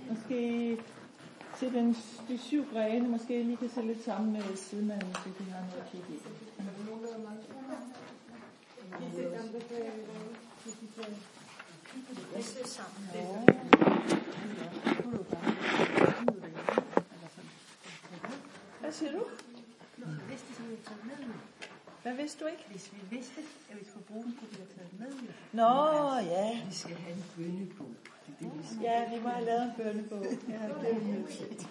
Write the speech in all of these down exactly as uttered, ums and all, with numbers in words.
Måske til den, de syv grene, måske lige kan se lidt sammen med sidemanden, så de har noget at kigge i. Hvad siger du? Hvad vidste du ikke? Hvis vi vidste, at vi skulle bruge den, kunne vi have taget med. Nå, ja. Vi skal have en bønnebog. Det er det, vi Ja, vi må have lavet en bønnebog. Ja, det er virkelig.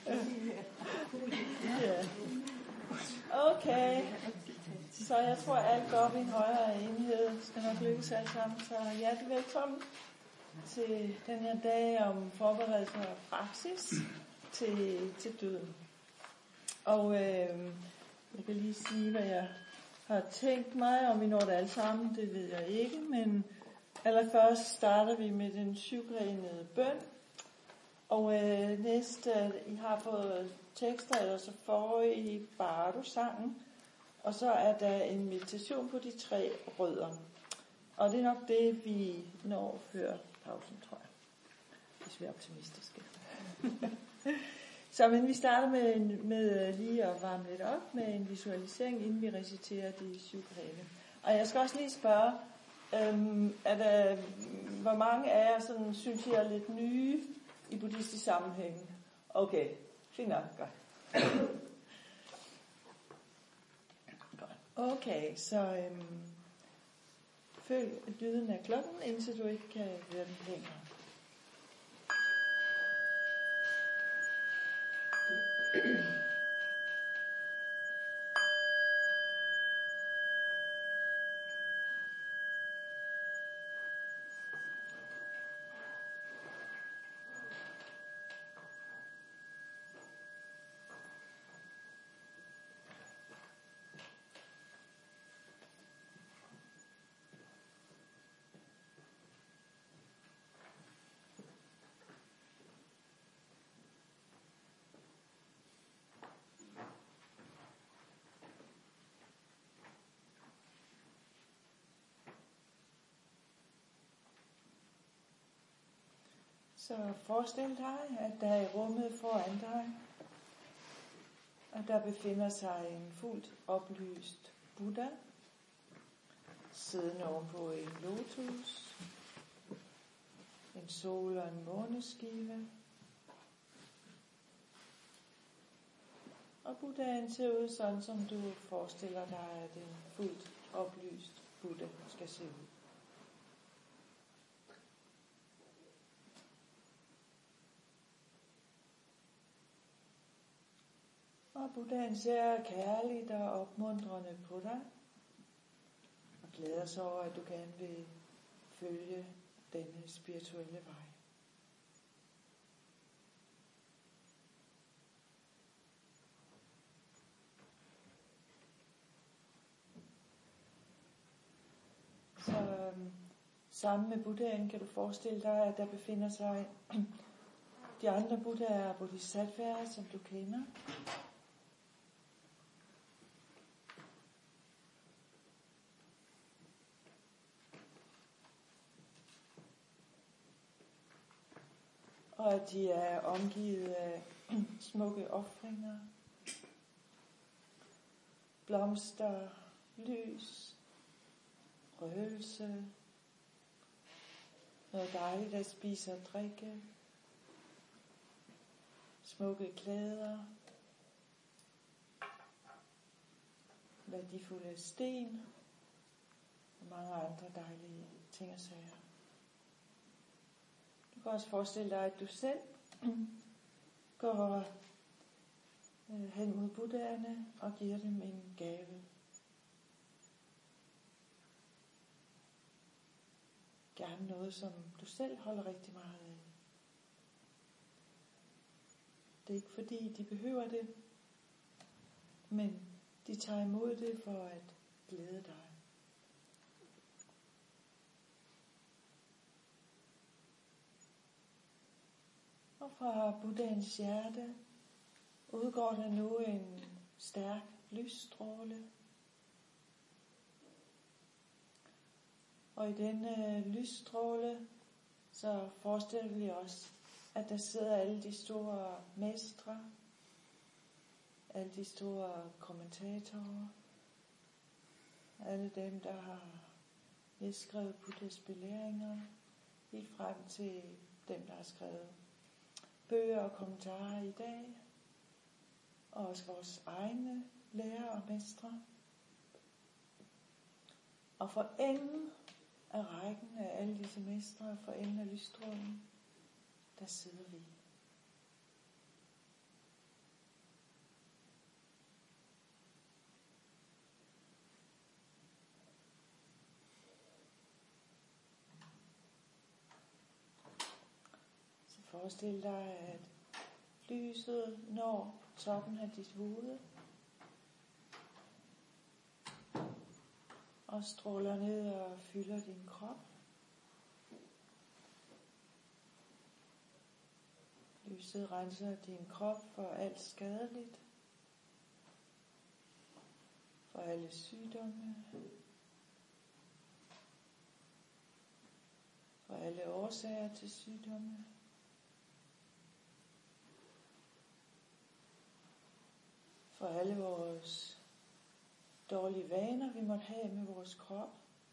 Ja. Okay. Så jeg tror, alt går op i en højere enhed. Det skal nok lykkes alt sammen. Så hjertelig velkommen til den her dag om forberedelse og praksis til, til døden. Og øh, jeg kan lige sige, hvad jeg har tænkt mig, om vi når det alle sammen, det ved jeg ikke, men allerførst starter vi med den syvgrenede bøn. Og øh, næste, I har fået tekster, eller så får I Bardo-sangen, og så er der en meditation på de tre rødder. Og det er nok det, vi når før pausen, tror jeg, hvis vi er optimistiske. Så men vi starter med, med lige at varme lidt op med en visualisering, inden vi reciterer de syv grene. Og jeg skal også lige spørge, øhm, er der, hvor mange af jer sådan, synes, I er lidt nye i buddhistisk sammenhæng? Okay, fint nok, godt. Okay, så øhm, følg lyden af klokken, indtil du ikke kan høre den længere. Så forestil dig, at der i rummet foran dig, og der befinder sig en fuldt oplyst Buddha, siddende ovenpå en lotus, en sol og en måneskive. Og Buddhaen ser ud sådan, som du forestiller dig, at en fuldt oplyst Buddha skal se ud. Og Buddhaen ser kærligt og opmuntrende på dig, og glæder sig over, at du gerne vil følge denne spirituelle vej. Så øhm, sammen med Buddhaen kan du forestille dig, at der befinder sig de andre Buddhaer og Bodhisattvaer, som du kender. Og at de er omgivet af smukke ofringer, blomster, lys, røgelse, noget dejligt at spise og drikke, smukke klæder, værdifulde sten og mange andre dejlige ting og sager. Du kan også forestille dig, at du selv går hen mod Buddhaerne og giver dem en gave. Gerne noget, som du selv holder rigtig meget af. Det er ikke fordi, de behøver det, men de tager imod det for at glæde dig. Og fra Buddhaens hjerte udgår der nu en stærk lysstråle. Og i denne lysstråle, så forestiller vi os, at der sidder alle de store mestre, alle de store kommentatorer, alle dem, der har nedskrevet Buddhas belæringer, helt frem til dem, der har skrevet bøger og kommentarer i dag, og også vores egne lærere og mestre. Og for enden af rækken af alle disse mestre, for enden af lysstrålen, der sidder vi. Så forestil dig, at lyset når toppen af dit hoved og stråler ned og fylder din krop. Lyset renser din krop for alt skadeligt, for alle sygdomme, for alle årsager til sygdomme. For alle vores dårlige vaner, vi måtte have med vores krop.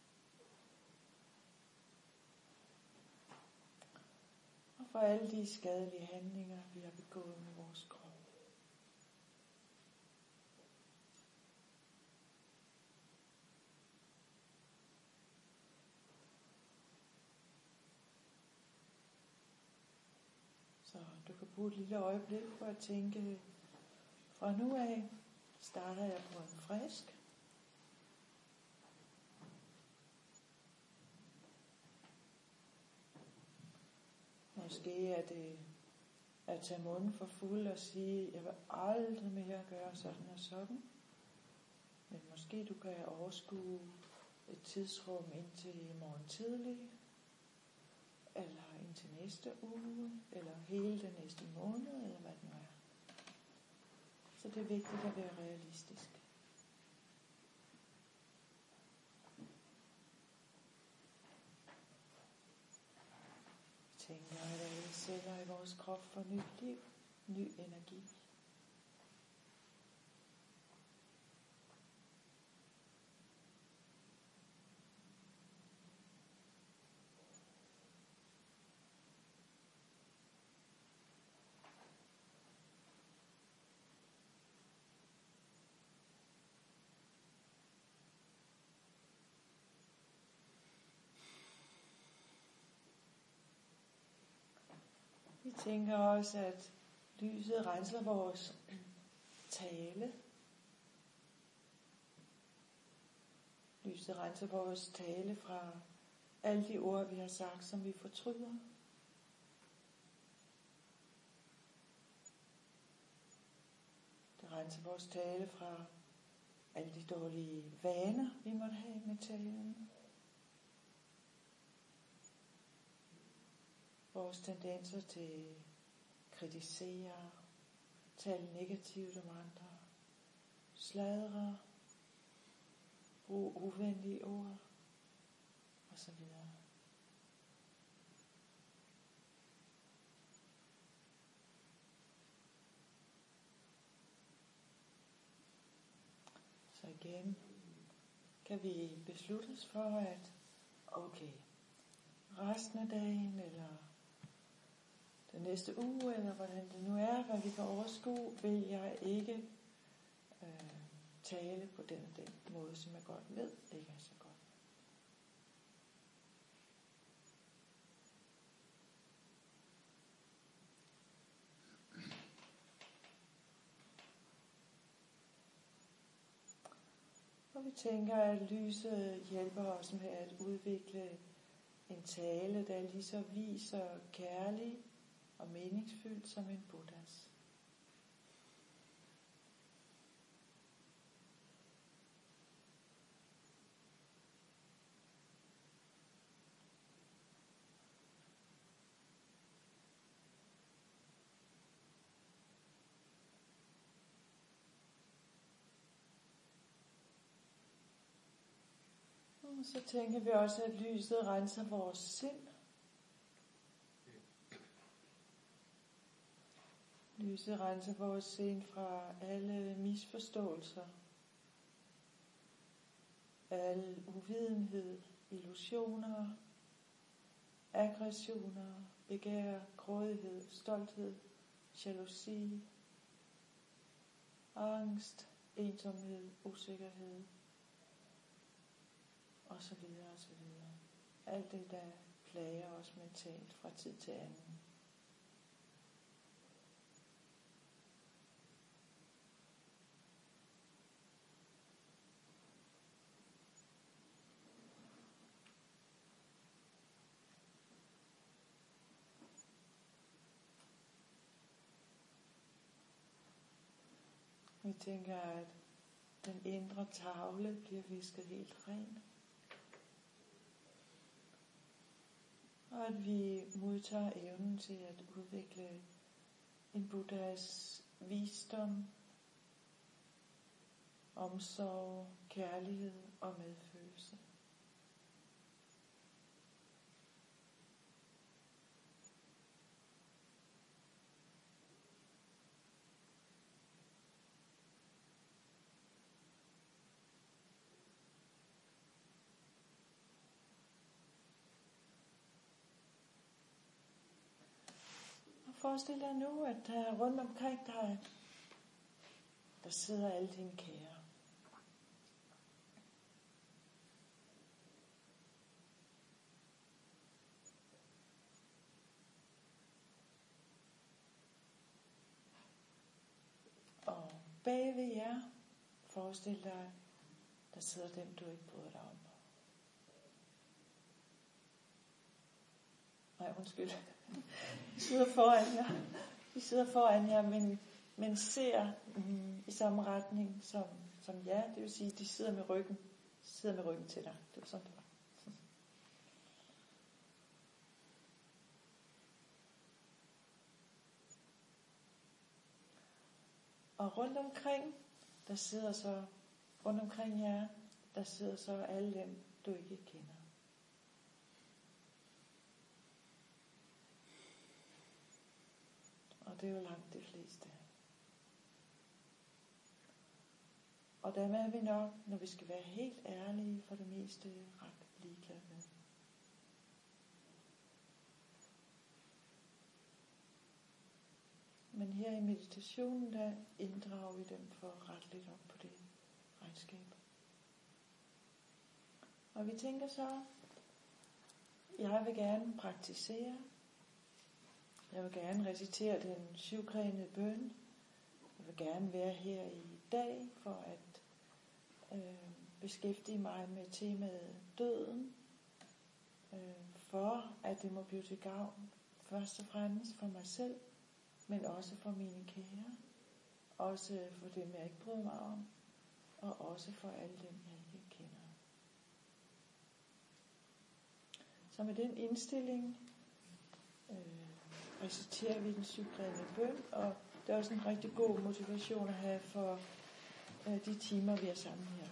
Og for alle de skadelige handlinger, vi har begået med vores krop. Så du kan bruge et lille øjeblik for at tænke, fra nu af starter jeg på en frisk. Måske er det at tage munden for fuld og sige, jeg vil aldrig mere gøre sådan og sådan. Men måske du kan overskue et tidsrum indtil i morgen tidlig, eller indtil næste uge, eller hele den næste måned, eller hvad det nu er. Så det er vigtigt at være realistisk. Vi tænker, at alle celler i vores krop får nyt liv, ny energi. Vi tænker også, at lyset renser vores tale. Lyset renser vores tale fra alle de ord, vi har sagt, som vi fortryder. Det renser vores tale fra alle de dårlige vaner, vi måtte have med talen. Vores tendenser til at kritisere, tale negativt om andre, sladre, bruge uvenlige ord osv. Så igen kan vi beslutte os for, at okay, resten af dagen eller den næste uge, eller hvordan det nu er, hvad vi kan overskue, vil jeg ikke øh, tale på den og den måde, som jeg godt ved ikke er så godt. Og vi tænker, at lyset hjælper os med at udvikle en tale, der er lige så vis og kærlig og meningsfyldt som en Buddhas. Og så tænker vi også, at lyset renser vores sind. Lyset renser vores sind fra alle misforståelser, al uvidenhed, illusioner, aggressioner, begær, grådighed, stolthed, jalousi, angst, ensomhed, usikkerhed, og så videre og så videre. Alt det, der plager os mentalt fra tid til anden. Vi tænker, at den indre tavle bliver visket helt ren. Og at vi modtager evnen til at udvikle en Buddhas visdom, omsorg, kærlighed og medfølelse. Forestil dig nu, at der rundt omkring dig, der sidder alle dine kære. Og bag ved jer, forestil dig, der sidder dem, du ikke bryder dig om. Nej, undskyld. De sidder foran jer, de sidder foran jer, men, men ser mm, i samme retning som, som jer. Det vil sige, de sidder med ryggen, sidder med ryggen til dig. Det var sådan, det var. Og rundt omkring, der sidder så, rundt omkring jer, der sidder så alle dem, du ikke kender. Og det er jo langt de fleste. Og dermed er vi nok, når vi skal være helt ærlige, for det meste ret ligeglade med. Men her i meditationen, der inddrager vi dem for at rette lidt op på det regnskab. Og vi tænker så, jeg vil gerne praktisere. Jeg vil gerne recitere den syvgrenede bøn. Jeg vil gerne være her i dag for at øh, beskæftige mig med temaet døden. Øh, for at det må blive til gavn først og fremmest for mig selv, men også for mine kære. Også for dem, jeg ikke bryder mig om. Og også for alle dem, jeg ikke kender. Så med den indstilling øh, reciterer vi den syvgrenede bøn, og det er også en rigtig god motivation at have for øh, de timer, vi er sammen her.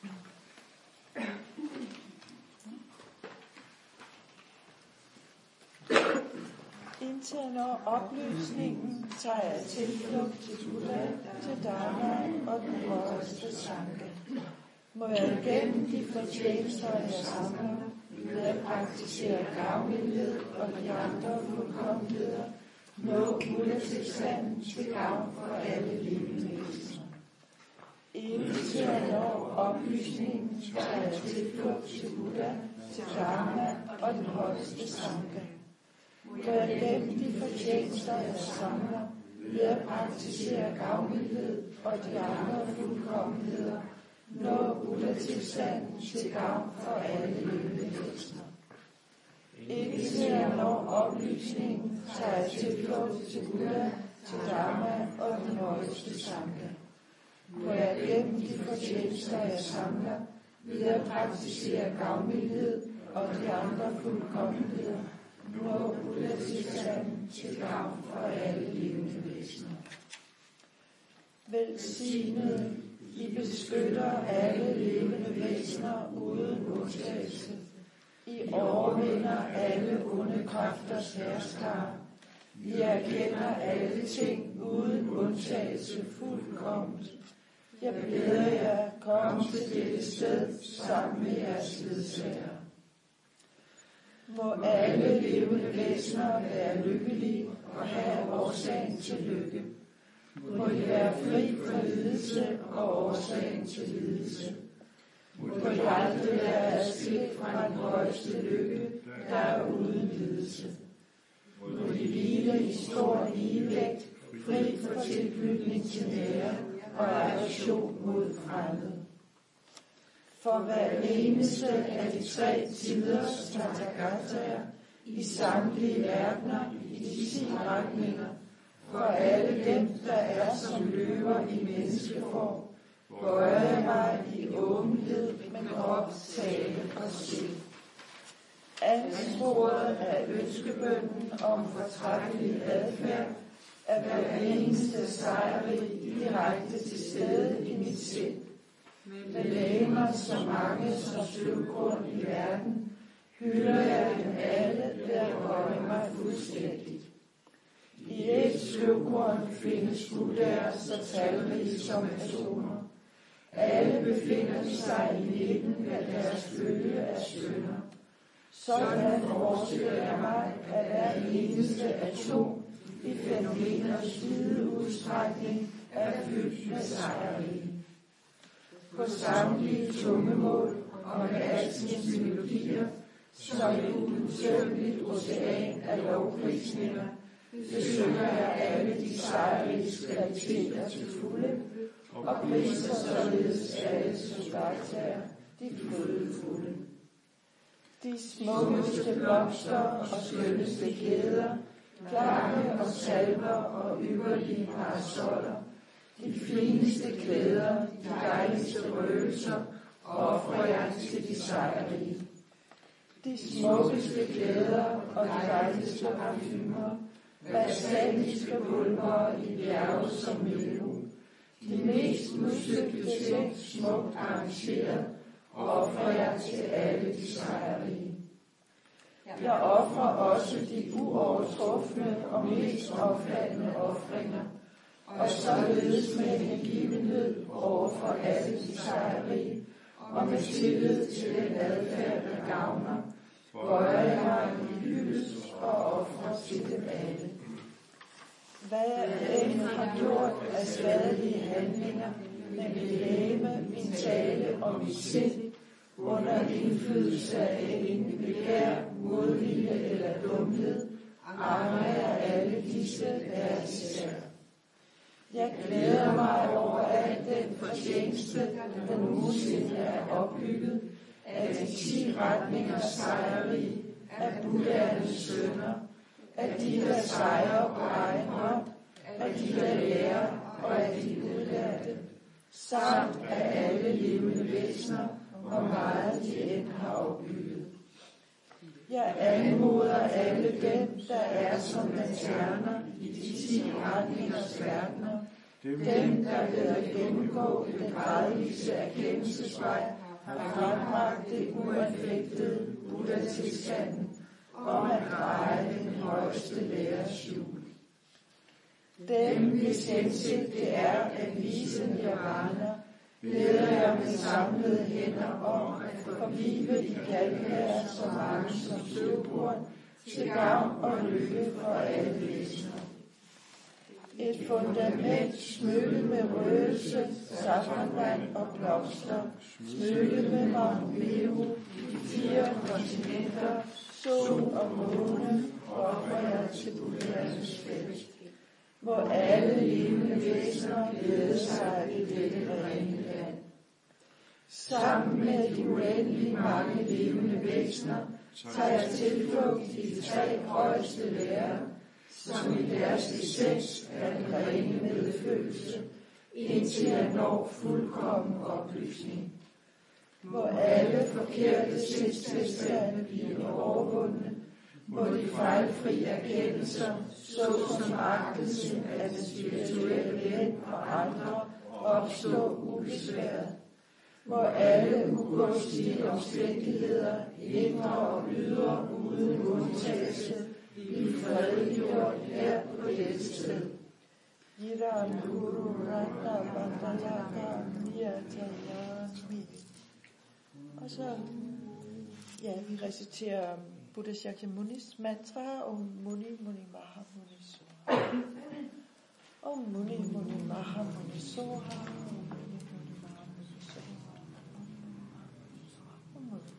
Indtil jeg når opløsningen, tager jeg tilflugt til Buddha, til Dharma og den højeste Sangha. Må jeg igennem de fortjenester, jeg samler, ved at praktisere gavmildhed og de andre fuldkommenheder, nå Buddha-tilstanden til gavn for alle levende væsener. Indtil jeg når oplysningen, tager jeg tilflugt til Buddha, til Dharma og den højeste Sangha. Må jeg gennem de fortjenester, jeg samler, ved at praktisere gavmildhed og de andre fuldkommenheder, nå Buddha-tilstanden til gavn for alle levende væsener. Indtil jeg når oplysningen, tager jeg tilflugt til Buddha, til Dharma og den højeste Sangha. Må jeg gennem de fortjenester, jeg samler, ved at praktisere gavmildhed og de andre fuldkommenheder, nå Buddha-tilstanden til gavn for alle levende væsener. Velsignede, I beskytter alle levende væsener uden undtagelse. I overvinder alle onde kræfters herskere. I er jeg kender alle ting uden undtagelse fuldkomment. Jeg beder jer, kom til dette sted sammen med jeres ledsager. Må alle levende væsener være lykkelige og have årsagen til lykke. Må de være fri for lidelse og årsagen til lidelse. Må de aldrig være adskilt fra den højeste lykke, der er uden lidelse. Må de hvile i stor ligevægt, fri for tilknytning til nære og aversion mod fremmede. For hver eneste af de tre tiders tathagataer i samtlige verdener i de ti retninger, for alle dem, der er som løver i menneskeform, bøjer jeg mig i åbenhed med krop, tale og sind. Ansporet af ønskebønnen om fortræffelig adfærd er hver eneste sejrig direkte til stede i mit sind. Med lægemer så mange som støvkorn i verden, hylder jeg dem alle ved at bøje mig fuldstændigt. I et støvkorn findes Buddhaer så talrige som personer. Alle befinder sig i midten af deres følge af skønner. Sådan forestiller jeg mig, at hver eneste atom i fænomeners hvide udstrækning er fyldt med sejrige. På samtlige tungemål og med alskens melodier, som et udtømmeligt ocean af lovprisninger, besøger jeg alle de sejrige kvaliteter til fulde, og priser således alle sudartaer, de flodfulde. De smukkeste blomster og skønneste kæder, klange og salver og ypperlige parasoller, de fineste klæder, de dejligste røgelser, offrer jeg til de sejrige. De smukkeste klæder og de dejligste parfumer, basaliske pulver i bjerge som Meru, de mest udsøgte ting smukt arrangeret, offrer jeg til alle de sejrige. Jeg offrer også de uovertrufne og mest opfattende ofringer, og således med hengivenhed overfor alle de sejrige, og med tillid til den adfærd, der gavner, bøjer jeg mig i hyldest og offrer til dem alle. Hvad jeg end har gjort af skadelige handlinger med mit læme, min tale og mit sind, under indflydelse af en begær, modvilje eller dumhed, angrer jeg alle disse hver især. Jeg glæder mig over al den fortjeneste, der nogensinde er opbygget af de ti retningers sejrige, af Buddhaernes sønner, af de, der sejrer på egen hånd, af de, der lærer og af de udlærte, samt af alle levende væsener, hvor meget de end har opbygget. Jeg anmoder alle dem, der er som lanterner i de ti retningers verdener, dem, der ved at gennemgå den gradvise erkendelsesvej har frembragt det uanfægtede Buddha-tilstanden, om at dreje den højeste læres hjul. Dem, hvis hensigt det er at vise nirvana, beder jeg med samlede hænder om at forblive i kalkær så mange som støvkorn, til gavn og lykke for alle væsener. Et fundament smykket med røgelse, safranvand og blomster, smykket med Mount Meru, de fire kontinenter, sol og måne, offrer jeg til Buddhaernes felt. Hvor alle levende væsener glæde sig i dette rene land. Sammen med de uendelige mange levende væsener tager jeg tilflugt i de tre højeste lærere, som i deres essens er den rene medfølelse, indtil jeg når fuldkommen oplysning. Hvor alle forkerte sindstilstande bliver overvundne, hvor de fejlfri erkendelser, såsom agtelsen af den spirituelle ven og andre, opstår ubesværet. Hvor alle ugunstige omstændigheder, indre og ydre uden undtagelse, bliver fredeliggjort her på Yiram Guru Rata Bandalaka Niyatayami. Og så, ja, vi reciterer Buddha Shakyamunis mantra om Muni Muni Maha Muni Soha. Om Muni Muni Maha Muni Soha. Om Muni Muni Maha Muni Soha. Om Muni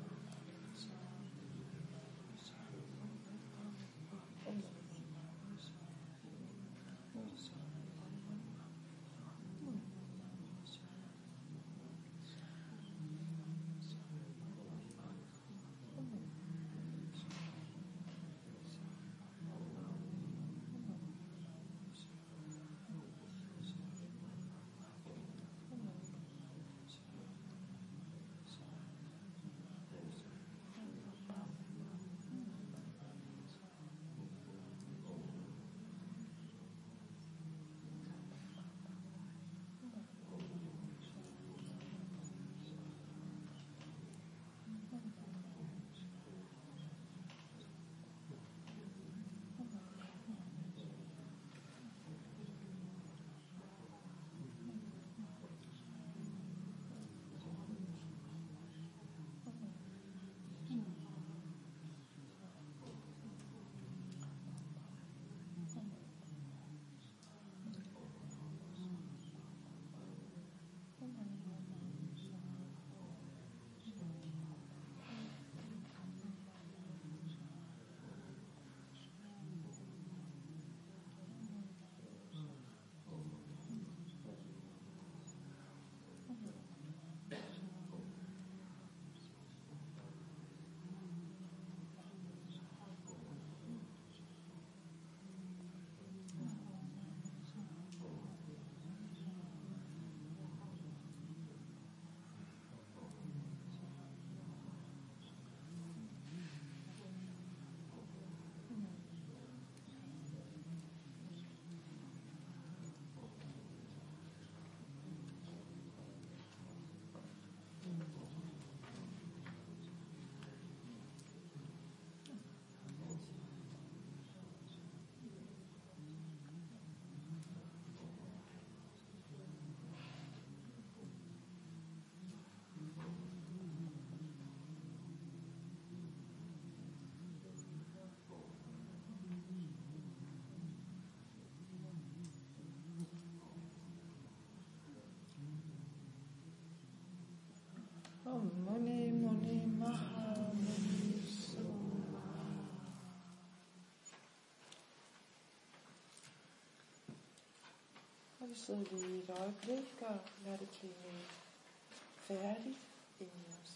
Om Muni Muni Maha Muni Soha. Og vi sidder lige et øjeblik og lader det klinge færdigt ind i os.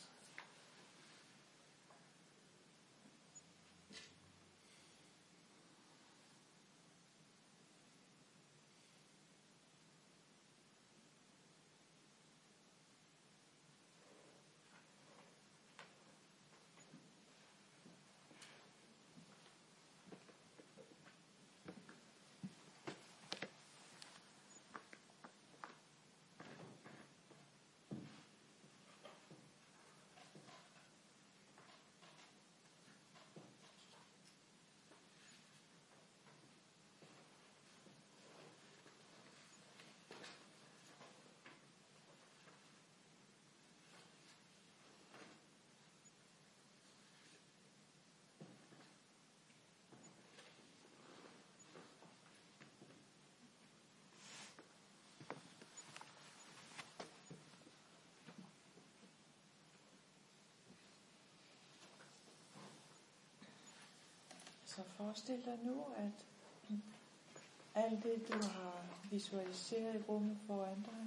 Så forestil dig nu, at alt det, du har visualiseret i rummet foran dig,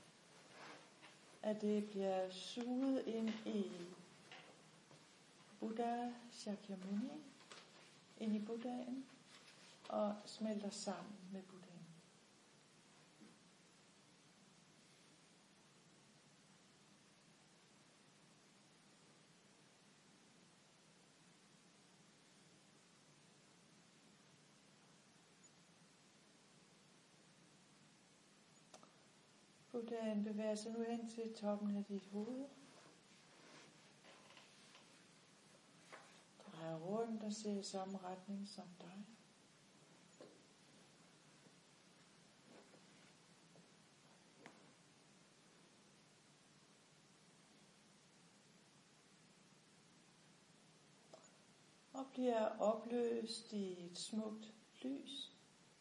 at det bliver suget ind i Buddha Shakyamuni, ind i Buddhaen, og smelter sammen med Buddhaen. Buddhaen bevæger sig nu hen til toppen af dit hoved. Drejer rundt og ser i samme retning som dig. og bliver opløst i et smukt lys,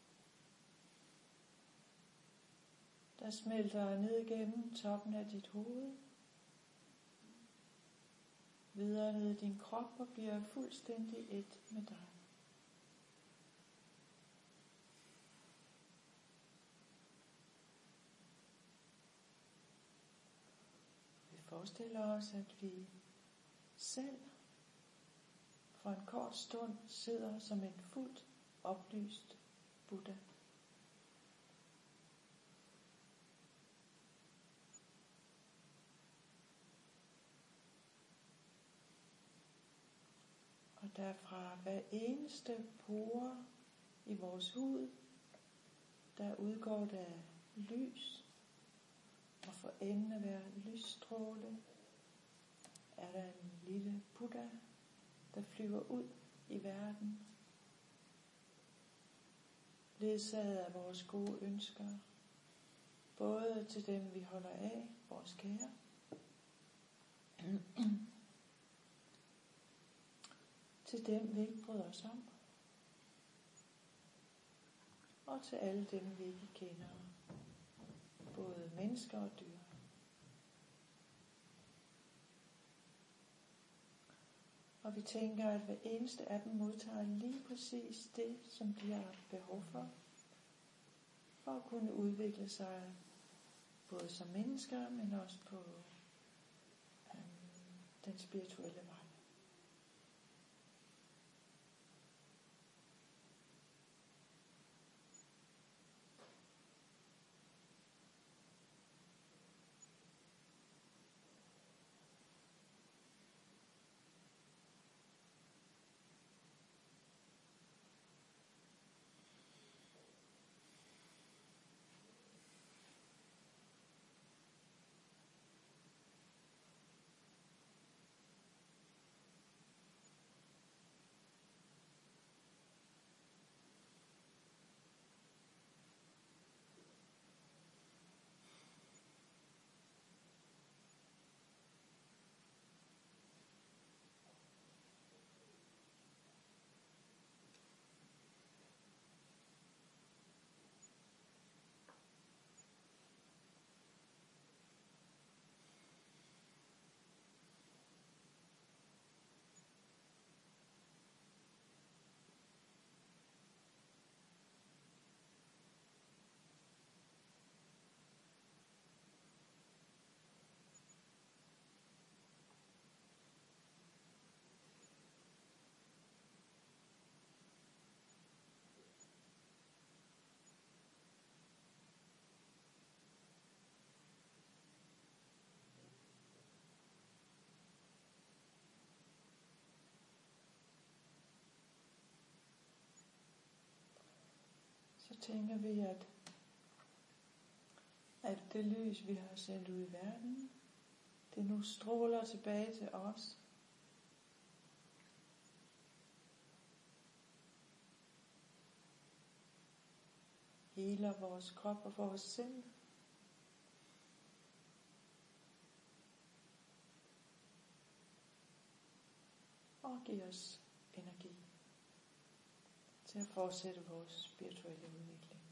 der smelter ned gennem toppen af dit hoved, videre ned i din krop og bliver fuldstændig et med dig. Vi forestiller os, at vi selv for en kort stund sidder som en fuldt oplyst Buddha. Og derfra hver eneste pore i vores hud, der udgår der lys, og for enden af hver lysstråle er der en lille Buddha, der flyver ud i verden, ledsaget af vores gode ønsker, både til dem vi holder af, vores kære, til dem vi ikke bryder os om, og til alle dem vi ikke kender, både mennesker og dyr. Og vi tænker, at hver eneste af dem modtager lige præcis det, som de har behov for, for at kunne udvikle sig både som mennesker, men også på øhm, den spirituelle vej. Så tænker vi, at, at det lys, vi har sendt ud i verden, det nu stråler tilbage til os. Heler vores krop og vores sind. Og giver os energi til at fortsætte vores spirituelle udvikling.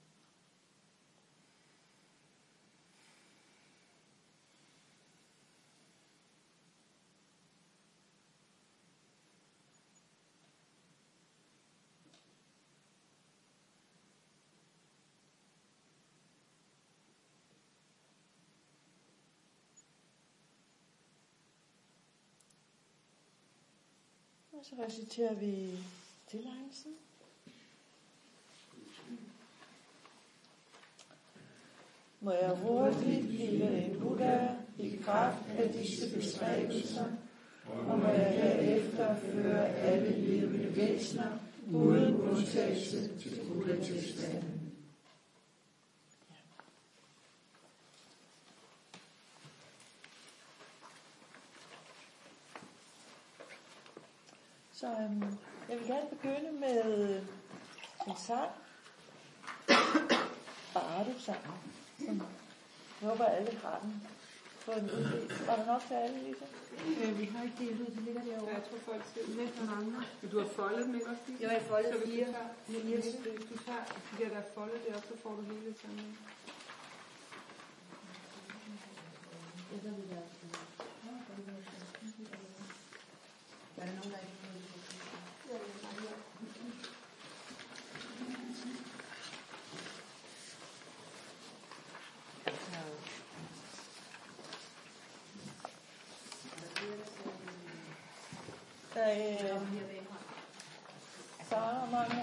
Og så reciterer vi tilegnelsen. Må jeg hurtigt blive en Buddha i kraft af disse bestræbelser, og må jeg herefter føre alle levende væsener uden undtagelse til Buddha-tilstanden. Så øhm, jeg vil gerne begynde med en sang. Bare du sang. Jeg håber alle har den få en uddelt. Var der nok til alle, Lisa? Øh, vi har ikke delt ud, det ligger derovre. Jeg tror folk ser Væk fra andre. Men du har foldet dem, ikke også? Lise? Jo, jeg har foldet Så hvis fire. du tager, Yes. hvis du, hvis du tager de der, der er foldet det op, så får du hele sammen. Er der nogen, der ikke Der er øh, Sara og Maja.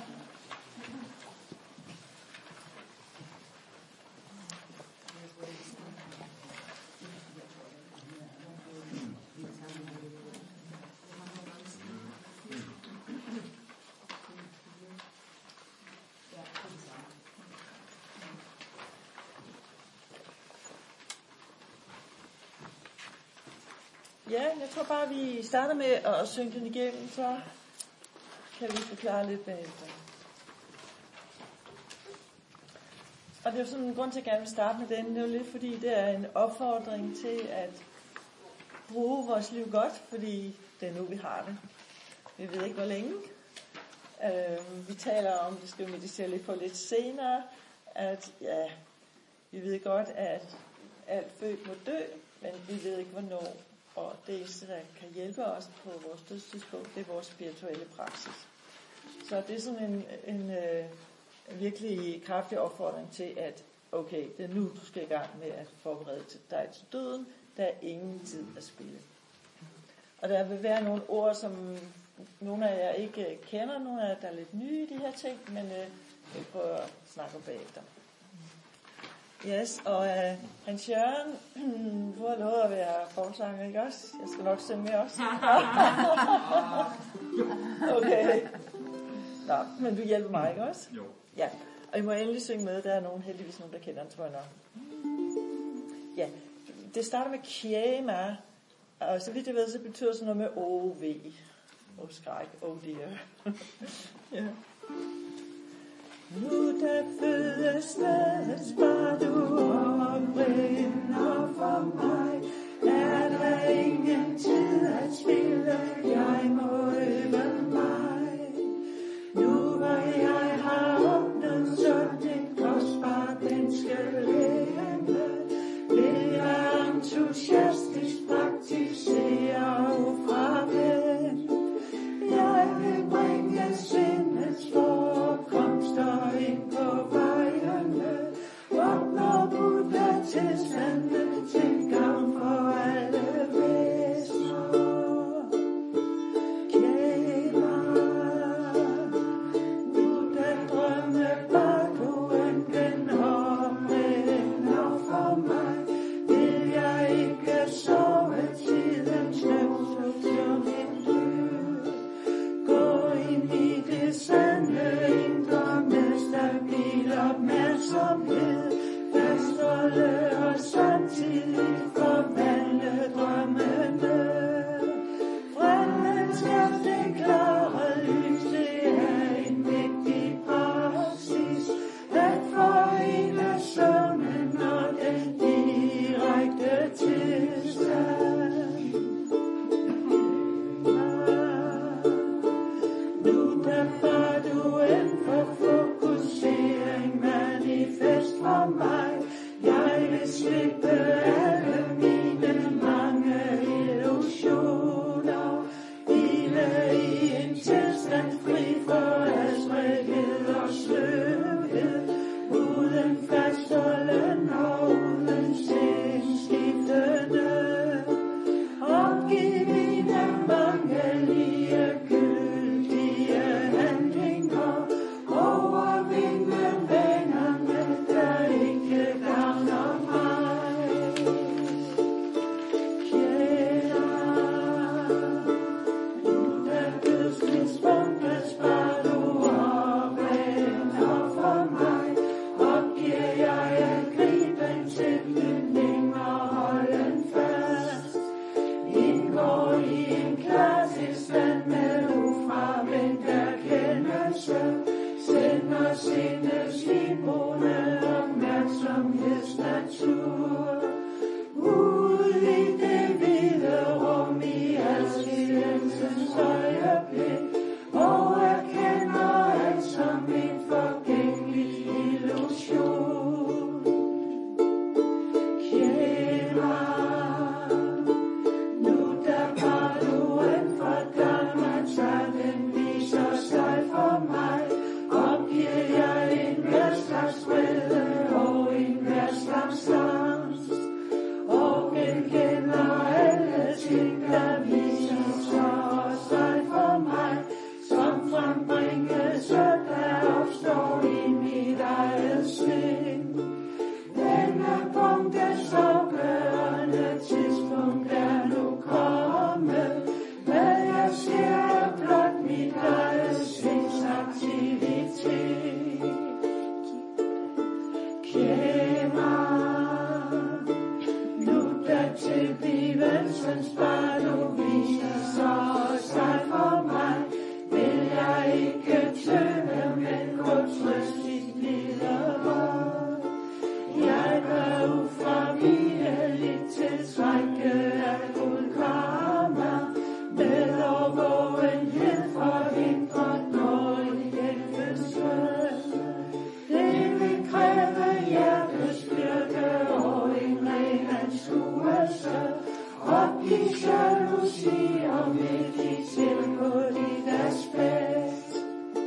Ja, jeg tror bare, vi starter med at synge den igennem, så kan vi forklare lidt bagefter. Og det er jo sådan en grund til, at jeg gerne vil starte med den. Det er jo lidt fordi, det er en opfordring til at bruge vores liv godt, fordi det er nu, vi har det. Vi ved ikke, hvor længe. Øh, vi taler om, det skal vi meditere lidt på lidt senere, at ja, vi ved godt, at alt født må dø, men vi ved ikke, hvornår. Og det eneste, der kan hjælpe os på vores dødstidspunkt, det er vores spirituelle praksis. Så det er sådan en, en øh, virkelig kraftig opfordring til, at okay, det er nu, du skal i gang med at forberede dig til døden. Der er ingen tid at spille. Og der vil være nogle ord, som nogle af jer ikke kender, nogle af jer, der er lidt nye i de her ting, men øh, vi prøver at snakke om bagefter. Yes, og uh, Hans Jørgen, du har lovet at være forsanger, ikke også? Jeg skal nok synge med også. Okay. Nå, men du hjælper mig, ikke også? Jo. Ja, og I må endelig synge med. Der er nogen, heldigvis nogen, der kender den, tror jeg nok. Ja, det starter med Kiema, og så vidt jeg ved, så betyder sådan noget med O V. Oh, skræk, oh dear. Ja. Nu der fødes stedets bare du oprinder for mig, er der ingen tid at spille, jeg må øve mig. Nu hvor jeg har åbnet sådan et kostbart menneskelevende, vil jeg entusiastisk praktisere ufravendt. Jeg vil bringe sindets forekomster ind på vejene, opnå Buddha-tilstanden til gavn for alle væsener. Kæmper, nu der drømme baduen den oprinder for mig, vil jeg ikke sove tidens løb til mit liv. Gå ind i det sande indre med stabil opmærksomhed, fastholde og samtidig forvandle drømmene. Fremmen skal det klare lys, det er en vigtig praksis, at forene søvnen og den direkte tilstand. Nu der får du en for fokusering manifest for mig. Jeg vil slippe alle mine mange illusioner, hvile i en tilstand fri for adspredthed og sløvhed, uden fastholden og uden sindskiftende. Opgiv mine mange ligegyldige handlinger, overvinde vennerne, der ikke gavner mig. Kære, nu der dødstidspunktet spar du opvender for mig, opgiver jeg at gribe en tilknytning og holden fast. Indgår i en klar tilstand med ufravendt erkendelse, sender sindets iboende opmærksomhedsnatur ud Shema, nu der tilblivelsens bar, du viser sig for mig, vil jeg ikke tøve, men kun trøstigt lille råd. Jeg kan ufravigeligt tiltrække af Gud kommer, med overvågenhed forhindret noget hjælpesød. Det vil kræve hjertets styrke og en ren anskuelse, opgiv jalousi og meditere på dit aspekt.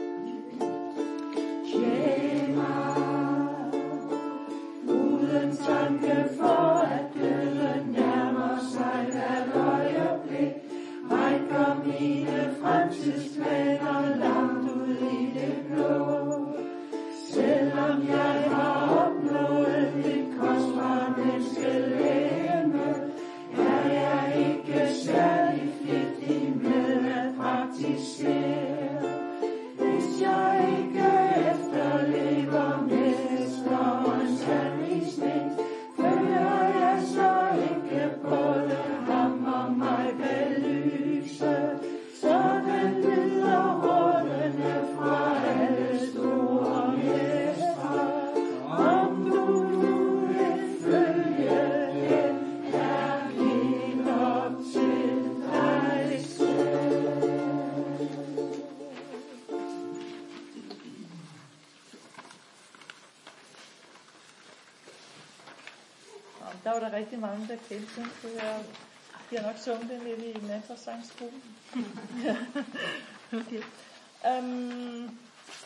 Tjener, uden tanke for at døden nærmer sig hvert øjeblik, rækker mine fremtidsplaner langt ud i det blå. Selvom jeg har opnået det kostbare menneskelegeme, er jeg ikke særlig flittig med at praktisere. Hvis jeg ikke efterlever mesterens anvisning, følger jeg så ikke både ham og mig med lyset, så den lyder rådende fra alle store mestre. Om du nu vil følge den, er helt op til dig selv. Der var der rigtig mange, der kendte den. De har nok sunget den lidt i mantrasangsgruppen. Okay. Um,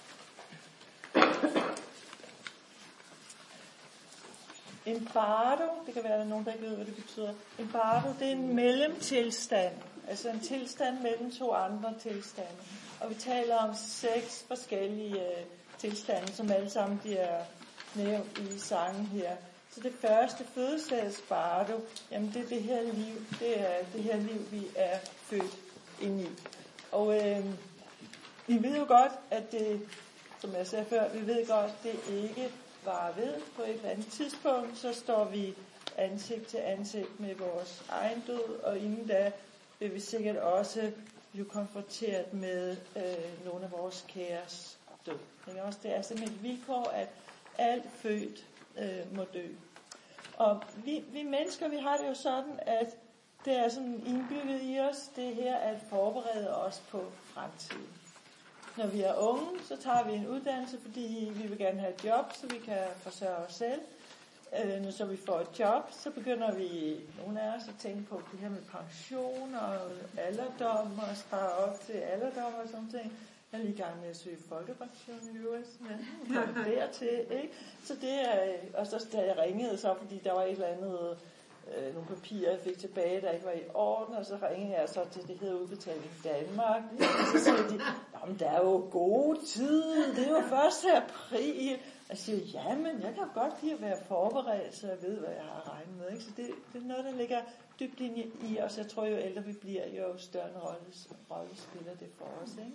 en bardo, det kan være, der er nogen, der ikke ved, hvad det betyder. En bardo, det er en mellemtilstand. Altså en tilstand mellem to andre tilstande. Og vi taler om seks forskellige uh, tilstande, som alle sammen bliver nævnt i sangen her. Så det første fødselsbardo, jamen det er det her liv, det er det her liv, vi er født ind i. Og øh, vi ved jo godt, at det, som jeg sagde før, vi ved godt, det ikke varer ved. På et eller andet tidspunkt, så står vi ansigt til ansigt med vores egen død, og inden da vil vi sikkert også blive konfronteret med øh, nogle af vores kæres død. Det er simpelthen et vilkår, at alt født øh, må dø. Og vi, vi mennesker, vi har det jo sådan, at det er sådan indbygget i os, det her at forberede os på fremtiden. Når vi er unge, så tager vi en uddannelse, fordi vi vil gerne have et job, så vi kan forsørge os selv. Øh, når så vi får et job, så begynder vi, nogle af os, at tænke på det her med pension og alderdom og spare op til alderdom og sådan ting. Jeg er lige i gang med at søge folkepension i øvrigt, men kom dertil, ikke? Så det er, og så da jeg ringede så, fordi der var et eller andet, øh, nogle papirer, jeg fik tilbage, der ikke var i orden, og så ringede jeg så til det hedder Udbetaling Danmark, og så siger de, jamen der er jo god tid, det er jo første april. Jeg siger, ja, men jeg kan godt lide at være forberedt, så jeg ved, hvad jeg har regnet med, ikke? Så det, det er noget, der ligger dybt inde i os. Jeg tror, jo ældre vi bliver, jo større en rolle, rolle spiller det for os, ikke?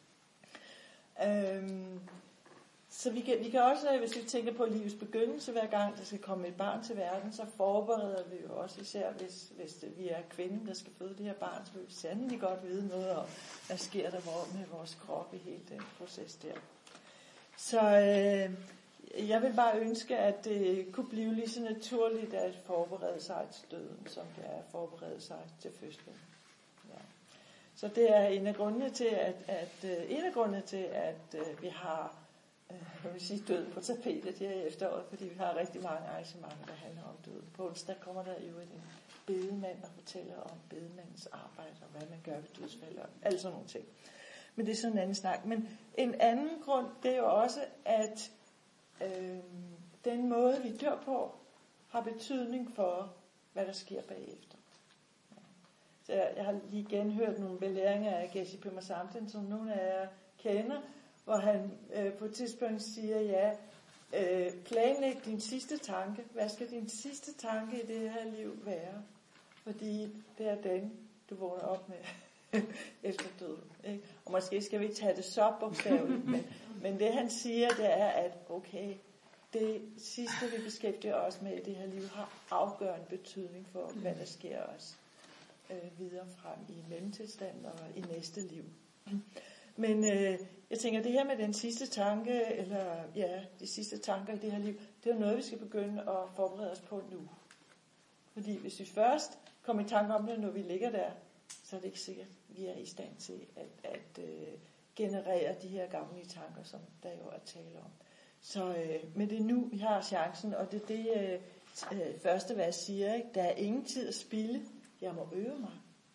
Øhm, så vi kan, vi kan også, hvis vi tænker på livets begyndelse, hver gang der skal komme et barn til verden, så forbereder vi jo også, især hvis, hvis det, vi er kvinden, der skal føde det her barn, så vil vi sandelig godt vide noget om, hvad sker der med vores krop i hele den proces der. Så øh, jeg vil bare ønske, at det kunne blive lige så naturligt at forberede sig til døden, som det er at forberede sig til fødslen. Ja. Så det er en af grundene til, at, at, en af grundene til, at vi har jeg vil sige, død på tapetet her i efteråret, fordi vi har rigtig mange arrangementer, der handler om døden. På onsdag kommer der jo en bedemand, der fortæller om bedemandens arbejde, og hvad man gør ved dødsfald, og alle sådan nogle ting. Men det er sådan en anden snak. Men en anden grund, det er jo også, at øh, den måde, vi dør på, har betydning for, hvad der sker bagefter. Ja. Så jeg, jeg har lige genhørt nogle belæringer af Geshe Pema Samten, som nogle af jer kender, hvor han øh, på et tidspunkt siger, ja, øh, planlæg din sidste tanke. Hvad skal din sidste tanke i det her liv være? Fordi det er den, du vågner op med efter døden. Ikke? Og måske skal vi tage det så bogstaveligt, men, men det han siger, det er, at okay, det sidste, vi beskæftiger os med i det her liv, har afgørende betydning for, hvad der sker os øh, videre frem i mellemtilstand og i næste liv. Men øh, jeg tænker, det her med den sidste tanke, eller ja, de sidste tanker i det her liv, det er jo noget, vi skal begynde at forberede os på nu. Fordi hvis vi først kommer i tanke om det, når vi ligger der, så er det ikke sikkert, at vi er i stand til at, at øh, generere de her gamle tanker, som der jo er tale om. Så øh, men det er nu, vi har chancen, og det er det øh, første, hvad jeg siger, ikke? Der er ingen tid at spilde. Jeg må øve mig.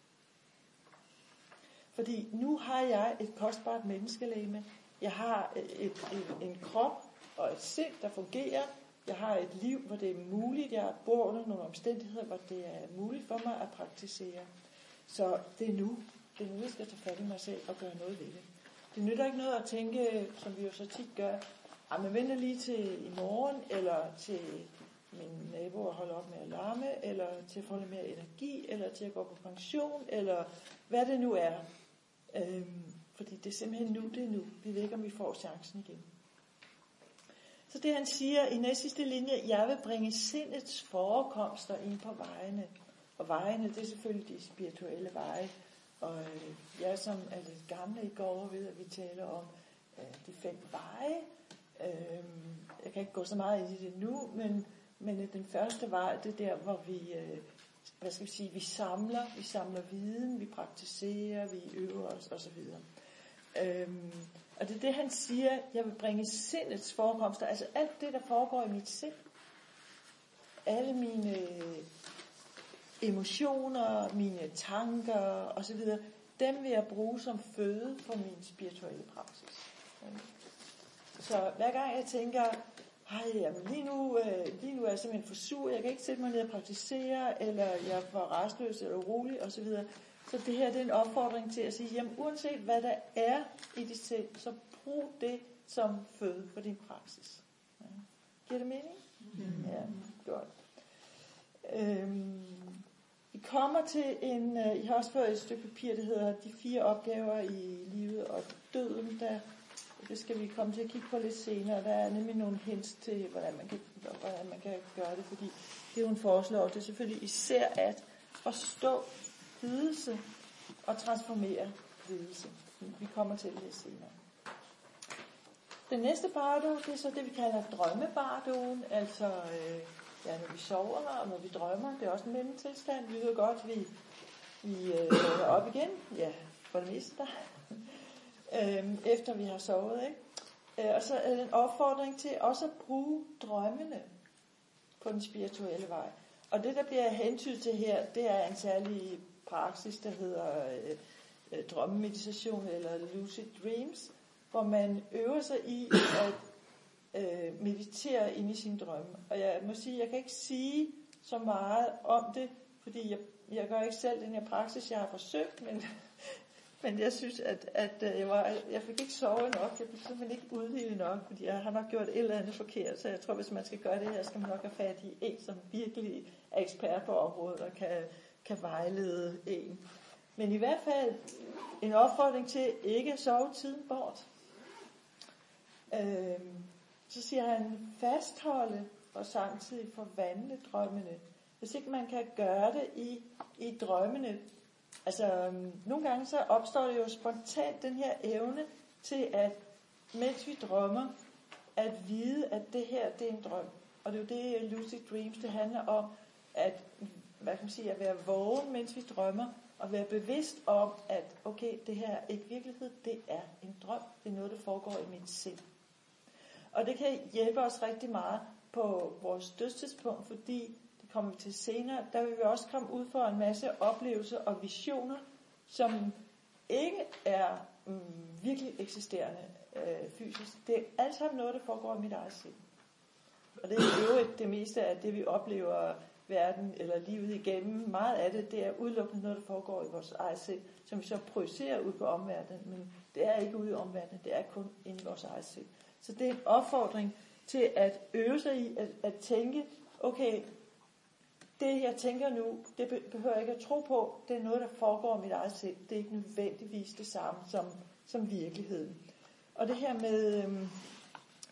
Fordi nu har jeg et kostbart menneskelegeme. Jeg har et, et, en krop og et sind, der fungerer. Jeg har et liv, hvor det er muligt. Jeg bor under nogle omstændigheder, hvor det er muligt for mig at praktisere. Så det er nu. Det er nu, jeg skal tage fat i mig selv og gøre noget ved det. Det nytter ikke noget at tænke, som vi jo så tit gør, at man venter lige til i morgen, eller til min nabo at holde op med at larme, eller til at få lidt mere energi, eller til at gå på pension, eller hvad det nu er. Øhm, fordi det er simpelthen nu, det er nu. Vi ved ikke, om vi får chancen igen. Så det han siger i næste linje, jeg vil bringe sindets forekomster ind på vejene. Og vejene, det er selvfølgelig de spirituelle veje. Og øh, jeg som er lidt gamle i går ved, at vi taler om øh, de fem veje. Øh, jeg kan ikke gå så meget ind i det nu, men, men den første vej, det er der, hvor vi, øh, hvad skal vi sige, vi samler, vi samler viden, vi praktiserer, vi øver os osv. Øh, og det er det, han siger, jeg vil bringe sindets forekomster, altså alt det, der foregår i mit sind. Alle mine emotioner, mine tanker osv., dem vil jeg bruge som føde for min spirituelle praksis. Så hver gang jeg tænker, hej, jamen lige nu, øh, lige nu er jeg simpelthen for sur, jeg kan ikke sætte mig ned og praktisere, eller jeg er for rastløs eller urolig osv., så det her det er en opfordring til at sige, jamen uanset hvad der er i dit sind, så brug det som føde for din praksis. Ja. Giver det mening? Mm. Ja, godt. Øhm, vi kommer til en, uh, I har også fået et stykke papir, der hedder de fire opgaver i livet og døden, der, det skal vi komme til at kigge på lidt senere. Der er nemlig nogle hints til, hvordan man kan, hvordan man kan gøre det, fordi det hun foreslår, det er selvfølgelig især at forstå lidelse og transformere lidelse. Vi kommer til det lidt senere. Den næste bardo, det er så det, vi kalder drømmebardoen, altså øh, ja, når vi sover og når vi drømmer, det er også en mellemtilstand. Vi ved godt, vi, vi øh, er op igen, ja, for det meste der, øhm, efter vi har sovet, ikke? Øh, og så er det en opfordring til også at bruge drømmene på den spirituelle vej. Og det, der bliver hentydet til her, det er en særlig praksis, der hedder øh, øh, drømmemeditation eller lucid dreams, hvor man øver sig i at øh, meditere ind i sin drømme. Og jeg må sige, jeg kan ikke sige så meget om det, fordi jeg, jeg gør ikke selv den her praksis, jeg har forsøgt, men, men jeg synes, at, at jeg, var, jeg fik ikke sovet nok, jeg blev simpelthen ikke udhvilet nok, fordi jeg har nok gjort et eller andet forkert, så jeg tror, hvis man skal gøre det her, skal man nok have fat i en, som virkelig er ekspert på området og kan, kan vejlede en. Men i hvert fald en opfordring til ikke at sove tiden bort. Øhm, så siger han, fastholde og samtidig forvandle drømmene. Hvis ikke man kan gøre det i, i drømmene, altså øhm, nogle gange så opstår det jo spontant den her evne til at, mens vi drømmer, at vide, at det her, det er en drøm. Og det er jo det, lucid dreams, det handler om, at, hvad kan man sige, at være vågen, mens vi drømmer, og være bevidst om, at okay, det her er ikke virkelighed, det er en drøm. Det er noget, der foregår i mit sind. Og det kan hjælpe os rigtig meget på vores dødstidspunkt, fordi, det kommer vi til senere, der vil vi også komme ud for en masse oplevelser og visioner, som ikke er mm, virkelig eksisterende øh, fysisk. Det er alt sammen noget, der foregår i mit eget sind. Og det er jo det meste af det, vi oplever verden eller livet igennem. Meget af det, det er udelukkende noget, der foregår i vores eget sind, som vi så projicerer ud på omverdenen, men det er ikke ude i omverdenen, det er kun inde i vores eget sind. Så det er en opfordring til at øve sig i at, at tænke, okay, det jeg tænker nu, det behøver jeg ikke at tro på, det er noget, der foregår i mit eget sind. Det er ikke nødvendigvis det samme som, som virkeligheden. Og det her med øhm,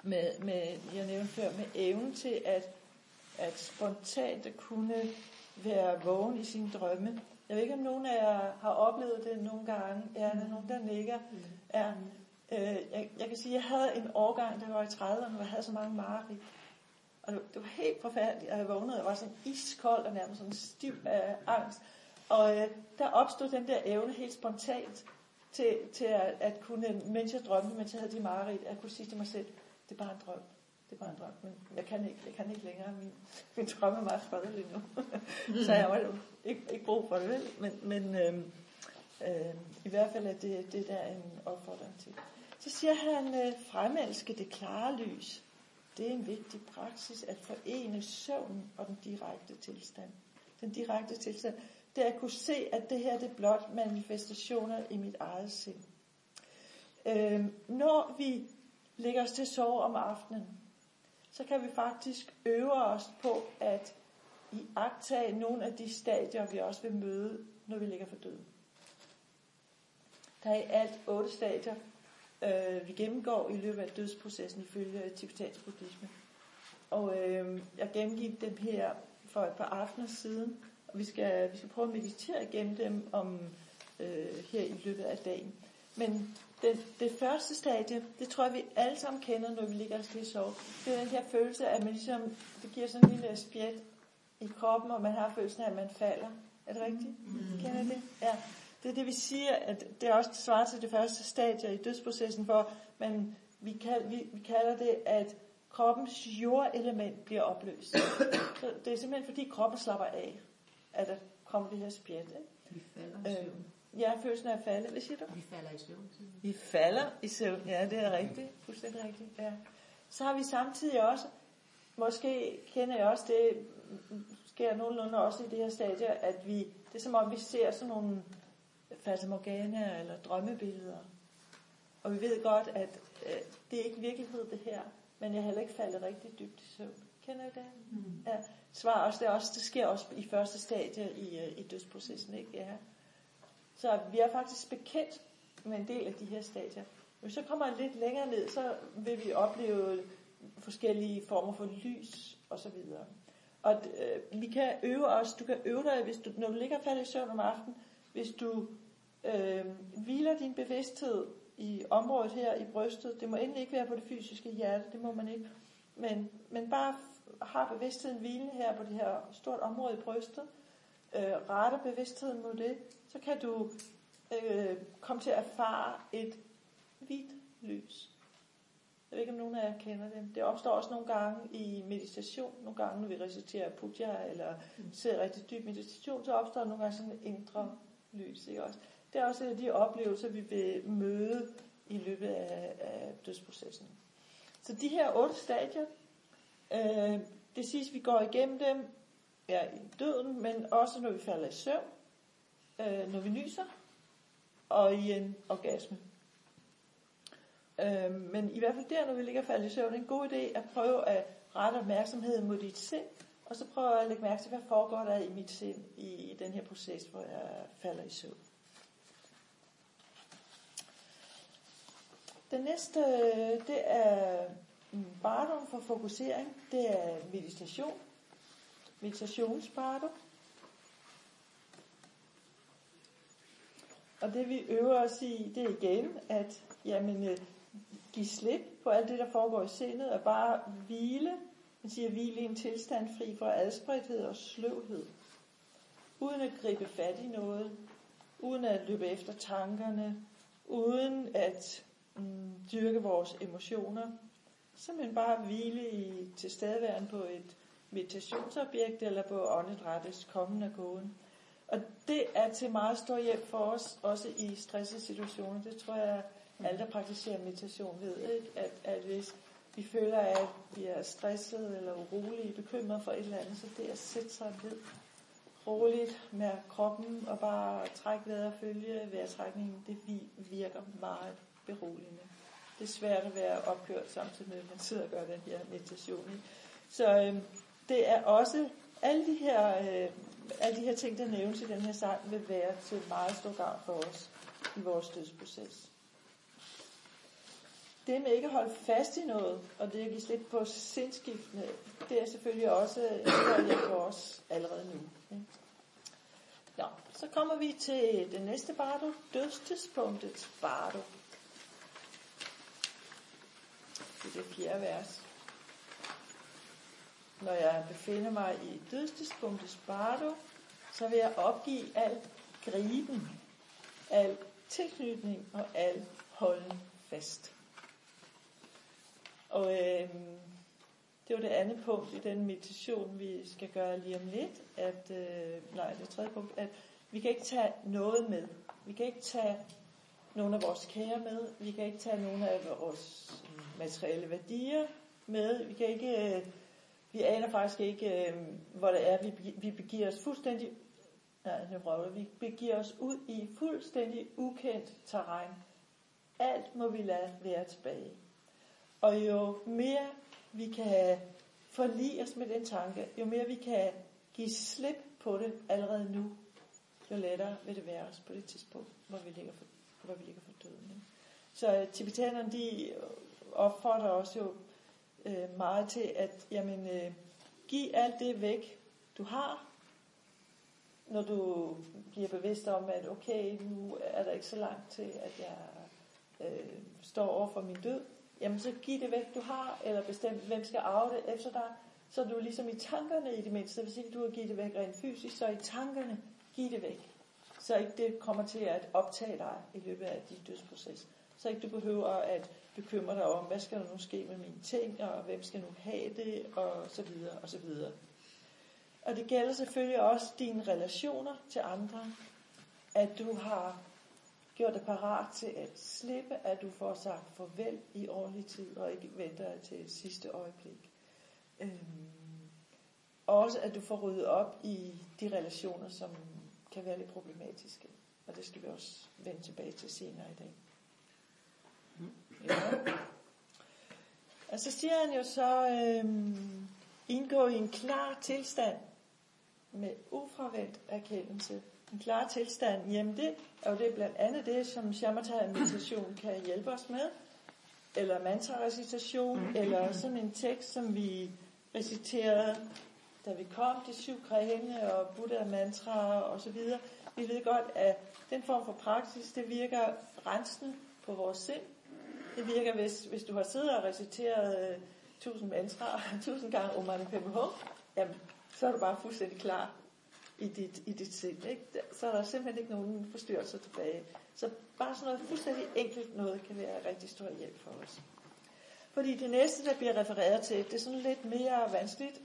med, med jeg nævnte før, med evnen til at, at spontant at kunne være vågen i sine drømme. Jeg ved ikke, om nogen af jer har oplevet det nogle gange. Er der nogen, der nikker? Er, øh, jeg, jeg kan sige, at jeg havde en årgang, der var i trediverne, hvor jeg havde så mange mareridt. Og det, det var helt forfærdeligt, at jeg vågnede. Jeg var sådan iskold og nærmest sådan stiv af angst. Og øh, der opstod den der evne helt spontant til, til at, at kunne, mens jeg drømte, mens jeg havde de mareridt, at kunne sige til mig selv, det er bare en drøm. Det er bare en drøm, men jeg kan ikke, jeg kan ikke længere. Min, min drøm er meget fredelig nu. Så jeg var jo ikke, ikke brug for det, vel? Men, men øh, øh, i hvert fald er det, det der en opfordring til. Så siger han, øh, fremelske det klare lys. Det er en vigtig praksis at forene søvn og den direkte tilstand. Den direkte tilstand, det er at kunne se, at det her det er blot manifestationer i mit eget sind. Øh, når vi lægger os til at sove om aftenen, så kan vi faktisk øve os på at iagttage nogle af de stadier, vi også vil møde, når vi ligger for døden. Der er i alt otte stadier, øh, vi gennemgår i løbet af dødsprocessen ifølge tibetansk buddhisme. Og øh, jeg gennemgik dem her for et par aftener siden, og vi skal, vi skal prøve at meditere igennem dem om, øh, her i løbet af dagen. Men den, det første stadie, det tror jeg, vi alle sammen kender, når vi ligger os til at sove. Det er den her følelse, at man ligesom, det giver sådan en lille spjæt i kroppen, og man har følelsen af, at man falder. Er det rigtigt? Mm. Kender I det? Ja. Det er det, vi siger, at det er også svaret til det første stadie i dødsprocessen, hvor man, vi, kald, vi, vi kalder det, at kroppens jordelement bliver opløst. Så det er simpelthen, fordi kroppen slapper af, at der kommer det her spjæt. Ikke? Vi falder i søvn. Øh, ja, følelsen af at falde. Hvad siger du? Vi falder i søvn. Vi falder i søvn, ja, det er rigtigt. Fuldstændig rigtigt, ja. Så har vi samtidig også, måske kender jeg også det, sker nogenlunde også i det her stadie, at vi, det er som om vi ser sådan nogle fatamorganaer eller drømmebilleder. Og vi ved godt, at øh, det er ikke virkelighed det her, men jeg har heller ikke faldet rigtig dybt i søvn. Kender I det? Mm. Ja. Svar også, det, også, det sker også i første stadie i, i dødsprocessen, ikke? Ja. Så vi er faktisk bekendt med en del af de her stadier. Hvis så kommer lidt længere ned, så vil vi opleve forskellige former for lys og så videre. Og øh, vi kan øve os, du kan øve dig, hvis du, når du ligger faldet i søvn om aftenen, hvis du øh, hviler din bevidsthed i området her i brystet. Det må endelig ikke være på det fysiske hjerte, det må man ikke. Men, men bare har bevidstheden hvilende her på det her stort område i brystet, øh, retter bevidstheden mod det, så kan du øh, komme til at erfare et hvidt lys. Jeg ved ikke, om nogen af jer kender det. Det opstår også nogle gange i meditation. Nogle gange, når vi reciterer puja eller ser rigtig dyb meditation, så opstår der nogle gange sådan et indre lys. Ikke også? Det er også de oplevelser, vi vil møde i løbet af, af dødsprocessen. Så de her otte stadier, øh, det siges, vi går igennem dem ja, i døden, men også når vi falder i søvn, øh, når vi nyser, og i en orgasme. Øh, men i hvert fald der, når vi ligger og falder i søvn, det er en god idé at prøve at rette opmærksomheden mod dit sind, og så prøve at lægge mærke til, hvad foregår der i mit sind i den her proces, hvor jeg falder i søvn. Det næste, det er bardo for fokusering. Det er meditation. Meditationsbardo. Og det vi øver os i, det er igen, at jamen, give slip på alt det, der foregår i sindet, og bare hvile. Man siger hvile i en tilstand fri fra adspredthed og sløvhed. Uden at gribe fat i noget. Uden at løbe efter tankerne. Uden at mm, dyrke vores emotioner. Simpelthen bare hvile i tilstedeværende på et meditationsobjekt eller på åndedrættets kommende gåen. Og det er til meget stor hjælp for os, også i stressede situationer. Det tror jeg, alle der praktiserer meditation ved, ikke? At, at hvis vi føler, at vi er stressede eller urolige, bekymrede for et eller andet, så det at sætte sig ned roligt med kroppen og bare trække vejret og følge vejrtrækningen, det virker meget beroligende. Det er svært at være opkørt samtidig med, at man sidder og gør den her meditation. Ikke? Så øh, det er også alle de her øh, alle de her ting, der nævnes i den her sang, vil være til meget stor gavn for os i vores dødsproces. det med ikke at holde fast i noget, og det at give slip på sindskiftene, det er selvfølgelig også en hjælp for os allerede nu. Ikke? Nå, så kommer vi til det næste bardo, dødstidspunktets bardo. Det er det fjerde vers. Når jeg befinder mig i dødstidspunktets bardo, så vil jeg opgive al griben, al tilknytning og al holden fast. Og øh, det var det andet punkt i den meditation, vi skal gøre lige om lidt, at, øh, nej, det tredje punkt, at vi kan ikke tage noget med. Vi kan ikke tage nogle af vores kære med. Vi kan ikke tage nogle af vores materielle værdier med. Vi kan ikke, øh, vi aner faktisk ikke, øh, hvor det er, vi, vi begiver os fuldstændig, nej, nu prøver vi begiver os ud i fuldstændig ukendt terræn. Alt må vi lade være tilbage. Og jo mere vi kan forlige os med den tanke, jo mere vi kan give slip på det allerede nu, jo lettere vil det være os på det tidspunkt, hvor vi ligger for, hvor vi ligger for døden. Ikke? Så tibetanerne, de opfordrer os jo øh, meget til, at jamen, øh, giv alt det væk, du har, når du bliver bevidst om, at okay, nu er der ikke så langt til, at jeg øh, står over for min død. Jamen så giv det væk, du har, eller bestem, hvem skal arve det efter dig, så er du ligesom i tankerne i det mindste. Hvis ikke du har givet det væk rent fysisk, så i tankerne, giv det væk. Så ikke det kommer til at optage dig i løbet af din dødsproces. Så ikke du behøver at bekymre dig om, hvad skal der nu ske med mine ting, og hvem skal nu have det, og så videre, og så videre. Og det gælder selvfølgelig også dine relationer til andre, at du har gjort dig parat til at slippe, at du får sagt farvel i ordentlig tid, og ikke venter til sidste øjeblik. Øhm, også at du får ryddet op i de relationer, som kan være lidt problematiske. Og det skal vi også vende tilbage til senere i dag. Ja. Og så siger han jo så, øhm, indgå i en klar tilstand med ufravendt erkendelse. En klar tilstand, jamen det er jo det blandt andet det, som shamatha meditation kan hjælpe os med. Eller mantra-recitation, eller sådan en tekst, som vi reciterede, da vi kom, de syv grene og Buddha-mantra og så videre. Vi ved godt, at den form for praksis, det virker rensende på vores sind. Det virker, hvis, hvis du har siddet og reciteret uh, tusind mantra, tusind gange Om Mani Padme Hum, jamen, så er du bare fuldstændig klar i dit, i dit sind. Ikke? Så er der simpelthen ikke nogen forstyrrelser tilbage. Så bare sådan noget fuldstændig enkelt noget kan være rigtig stor hjælp for os. Fordi det næste, der bliver refereret til, det er sådan lidt mere vanskeligt.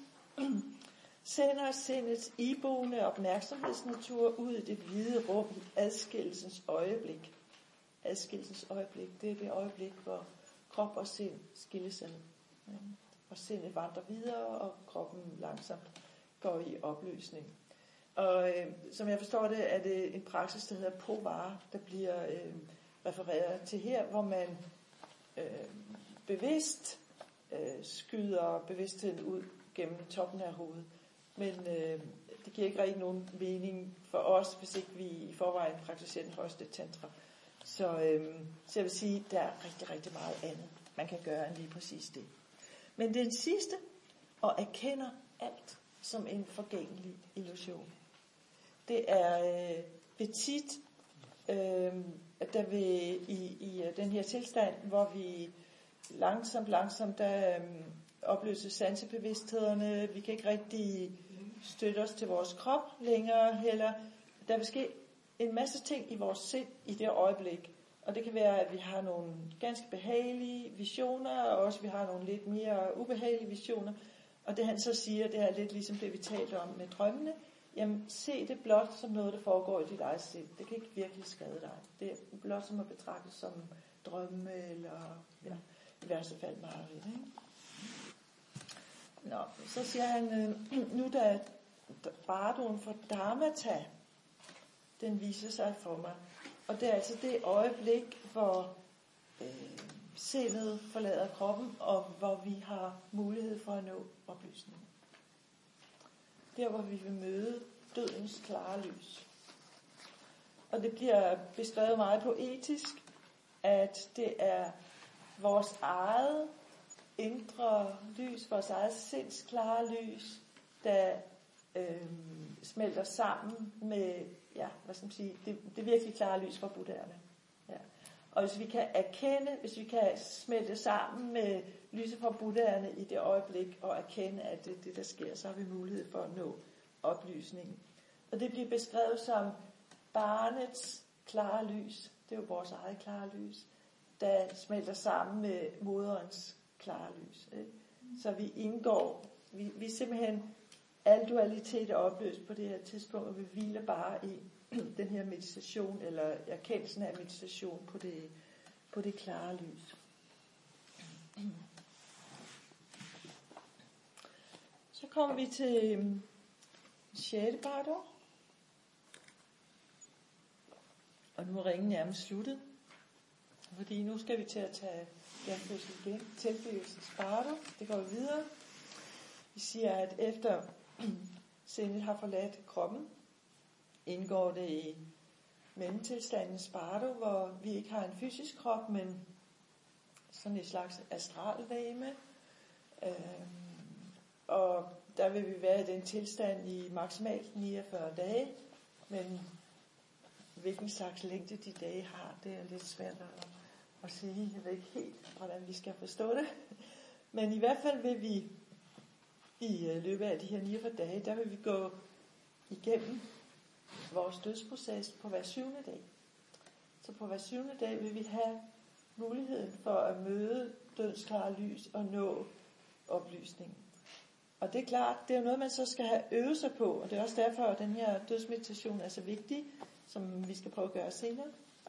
Sender sindets iboende opmærksomhedsnatur ud i det hvide rum i adskillelsens øjeblik. Adskillelsens øjeblik, det er det øjeblik, hvor krop og sind skilles ad. Og sindet vandrer videre, og kroppen langsomt går i opløsning. Og øh, som jeg forstår det, er det en praksis, der hedder Povara, der bliver øh, refereret til her, hvor man øh, bevidst øh, skyder bevidstheden ud gennem toppen af hovedet. Men øh, det giver ikke rigtig nogen mening for os, hvis ikke vi i forvejen praktiserer den højeste tantra. Så, øh, så jeg vil sige, at der er rigtig, rigtig meget andet, man kan gøre end lige præcis det. Men den sidste, og erkender alt som en forgængelig illusion. Det er øh, betit, øh, der vil i, i den her tilstand, hvor vi langsomt, langsomt der øh, opløser sansebevidsthederne. Vi kan ikke rigtig støtte os til vores krop længere heller. Der vil ske en masse ting i vores sind i det øjeblik. Og det kan være, at vi har nogle ganske behagelige visioner, og også vi har nogle lidt mere ubehagelige visioner. Og det han så siger, det er lidt ligesom det, vi talte om med drømmene. Jamen, se det blot som noget, der foregår i dit eget sind. Det kan ikke virkelig skade dig. Det er blot som at betragte som drømme, eller ja, i værste fald mareridt. Nå, så siger han, øh, nu da bardoen for Dharmata, den viser sig for mig. Og det er altså det øjeblik, hvor øh, sindet forlader kroppen, og hvor vi har mulighed for at nå oplysning. Der, hvor vi vil møde dødens klare lys. Og det bliver beskrevet meget poetisk, at det er vores eget indre lys, vores eget sinds klare lys, der øh, smelter sammen med, ja, hvad skal man sige, det, det virkelig klare lys fra buddhaerne. Ja. Og hvis vi kan erkende, hvis vi kan smelte sammen med lyset fra buddhaerne i det øjeblik, og erkende, at det er det, der sker, så har vi mulighed for at nå oplysningen. Og det bliver beskrevet som barnets klare lys, det er jo vores eget klare lys, der smelter sammen med moderens klare lys. Ikke? Så vi indgår, vi, vi simpelthen, al dualitet er opløst på det her tidspunkt, og vi hviler bare i den her meditation, eller erkendelsen af meditation på det, på det klare lys. Så kommer vi til sjette bardo. Og nu er ringen nærmest sluttet, fordi nu skal vi til at tage genfødsel igen. Tilføjelsens bardo. Det går videre. Vi siger, at efter sindet har forladt kroppen, indgår det i mellemtilstandens bardo, hvor vi ikke har en fysisk krop, men sådan et slags astralvægme. Øhm, og der vil vi være i den tilstand i maksimalt niogfyrre dage, men hvilken slags længde de dage har, det er lidt svært at, at sige. Jeg ved ikke helt, hvordan vi skal forstå det. Men i hvert fald vil vi i løbet af de her niogfyrre dage, der vil vi gå igennem vores dødsproces på hver syvende dag. Så på hver syvende dag vil vi have muligheden for at møde dødens klare lys og nå oplysningen. Og det er klart, det er jo noget, man så skal have øvet sig på, og det er også derfor, at den her dødsmeditation er så vigtig, som vi skal prøve at gøre senere.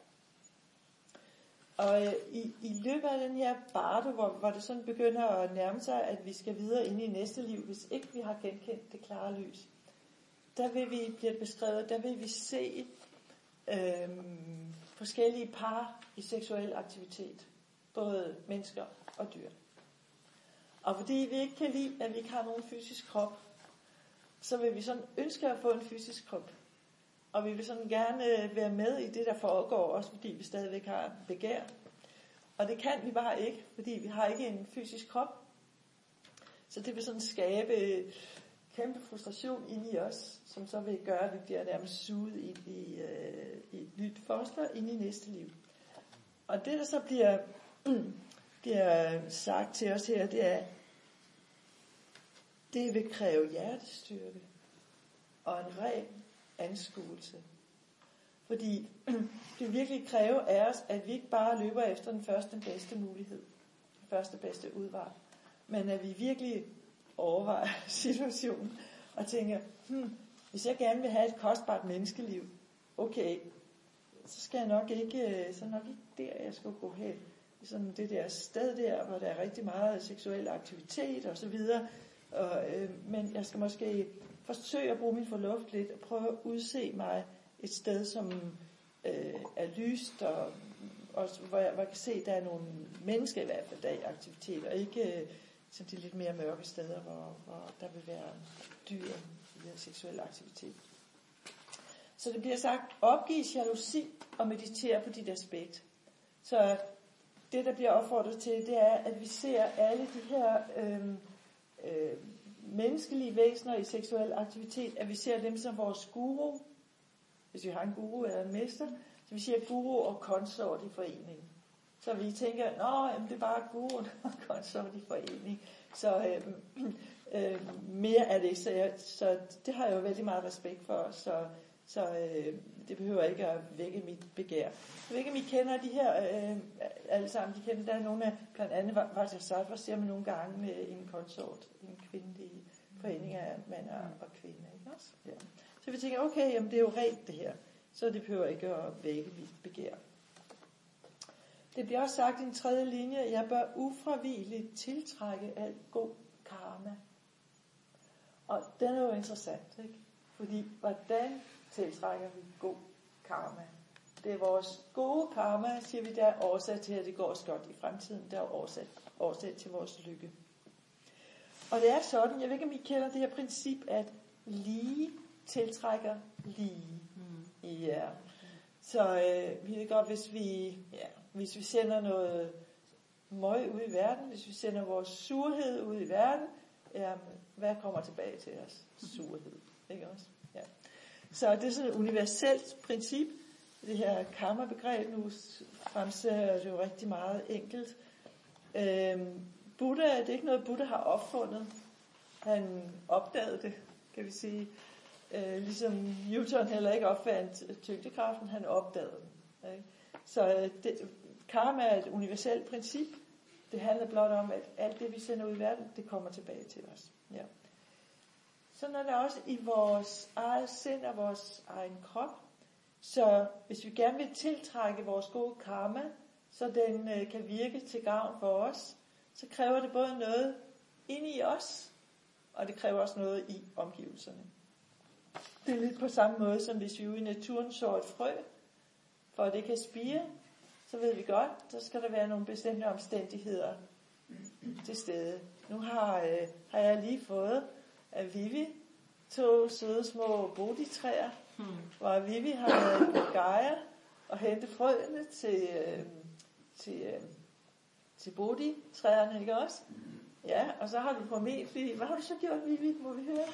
Og øh, i, i løbet af den her bardo, hvor, hvor det sådan begynder at nærme sig, at vi skal videre ind i næste liv, hvis ikke vi har genkendt det klare lys, der vil vi, bliver beskrevet, der vil vi se øh, forskellige par i seksuel aktivitet, både mennesker og dyr. Og fordi vi ikke kan lide, at vi ikke har nogen fysisk krop, så vil vi sådan ønske at få en fysisk krop. Og vi vil sådan gerne være med i det, der foregår, også fordi vi stadigvæk har begær. Og det kan vi bare ikke, fordi vi har ikke en fysisk krop. Så det vil sådan skabe kæmpe frustration inde i os, som så vil gøre, at vi bliver nærmest suget i, i, i et nyt foster ind i næste liv. Og det, der så bliver, bliver sagt til os her, det er, det vil kræve hjertestyrke og en ren anskuelse. Fordi det virkelig kræver af os, at vi ikke bare løber efter den første den bedste mulighed, den første bedste udvej, men at vi virkelig overvejer situationen og tænker, hmm, hvis jeg gerne vil have et kostbart menneskeliv, okay, så skal jeg nok ikke, så nok ikke der, jeg skal gå hen. Sådan det der sted der, hvor der er rigtig meget seksuel aktivitet og så videre. Og, øh, men jeg skal måske forsøge at bruge min fornuft lidt og prøve at udse mig et sted, som øh, er lyst, og, og hvor, jeg, hvor jeg kan se, at der er nogle mennesker i hvert fald, der er i aktivitet, og ikke øh, sådan de lidt mere mørke steder, hvor, hvor der vil være dyr i seksuel aktivitet. Så det bliver sagt, opgiv jalousi og meditere på dit aspekt. Så det, der bliver opfordret til, det er, at vi ser alle de her øh, øh, menneskelige væsener i seksuel aktivitet, at vi ser dem som vores guru, hvis vi har en guru eller en mester, så vi siger guru og konsort i forening. Så vi tænker, nå, jamen, det er bare guru og konsort i forening. Så øh, øh, mere er det ikke. Så, jeg, så det har jeg jo vældig meget respekt for, så, så øh, det behøver ikke at vække mit begær. Jeg ved ikke, om I kender de her, øh, alle sammen, de kender, der er nogle af, blandt andet Vajrasattva, ser man nogle gange med en konsort, en kvindelig forening af mand og kvinde, ikke også? Ja. Så vi tænker, okay, jamen det er jo rent det her, så det behøver ikke at vække mit begær. Det bliver også sagt i en tredje linje, at jeg bør ufravigeligt tiltrække al god karma. Og den er jo interessant, ikke? Fordi, hvordan tiltrækker vi god karma? Det er vores gode karma, siger vi, der er årsag til, at det går os godt i fremtiden. Der er årsag, årsag til vores lykke. Og det er sådan, jeg ved ikke, om I kender det her princip, at lige tiltrækker lige. Mm. Ja. Så øh, vi ved godt, hvis vi, ja, hvis vi sender noget møg ud i verden, hvis vi sender vores surhed ud i verden, ja, hvad kommer tilbage til os? Surhed, ikke også? Ja. Så det er sådan et universelt princip. Det her karma-begreb nu fremstiller det jo rigtig meget enkelt. Øhm, Buddha, det er ikke noget, Buddha har opfundet. Han opdagede det, kan vi sige. Øh, ligesom Newton heller ikke opfandt tyngdekraften, han opdagede den. Ikke? Så det, karma er et universelt princip. Det handler blot om, at alt det, vi sender ud i verden, det kommer tilbage til os. Ja. Sådan er det også i vores eget sind og vores egen krop. Så hvis vi gerne vil tiltrække vores gode karma, så den øh, kan virke til gavn for os, så kræver det både noget inde i os, og det kræver også noget i omgivelserne. Det er lidt på samme måde, som hvis vi ude i naturen så et frø, for at det kan spire, så ved vi godt, så skal der være nogle bestemte omstændigheder til stede. Nu har, øh, har jeg lige fået af Vivi to søde små boditræer, hmm. hvor Vivi har været i Bulgaria og hentet frøene til, øh, til, øh, til boditræerne, ikke også? Ja, og så har du formentlig... Hvad har du så gjort, Vivi? Må vi høre?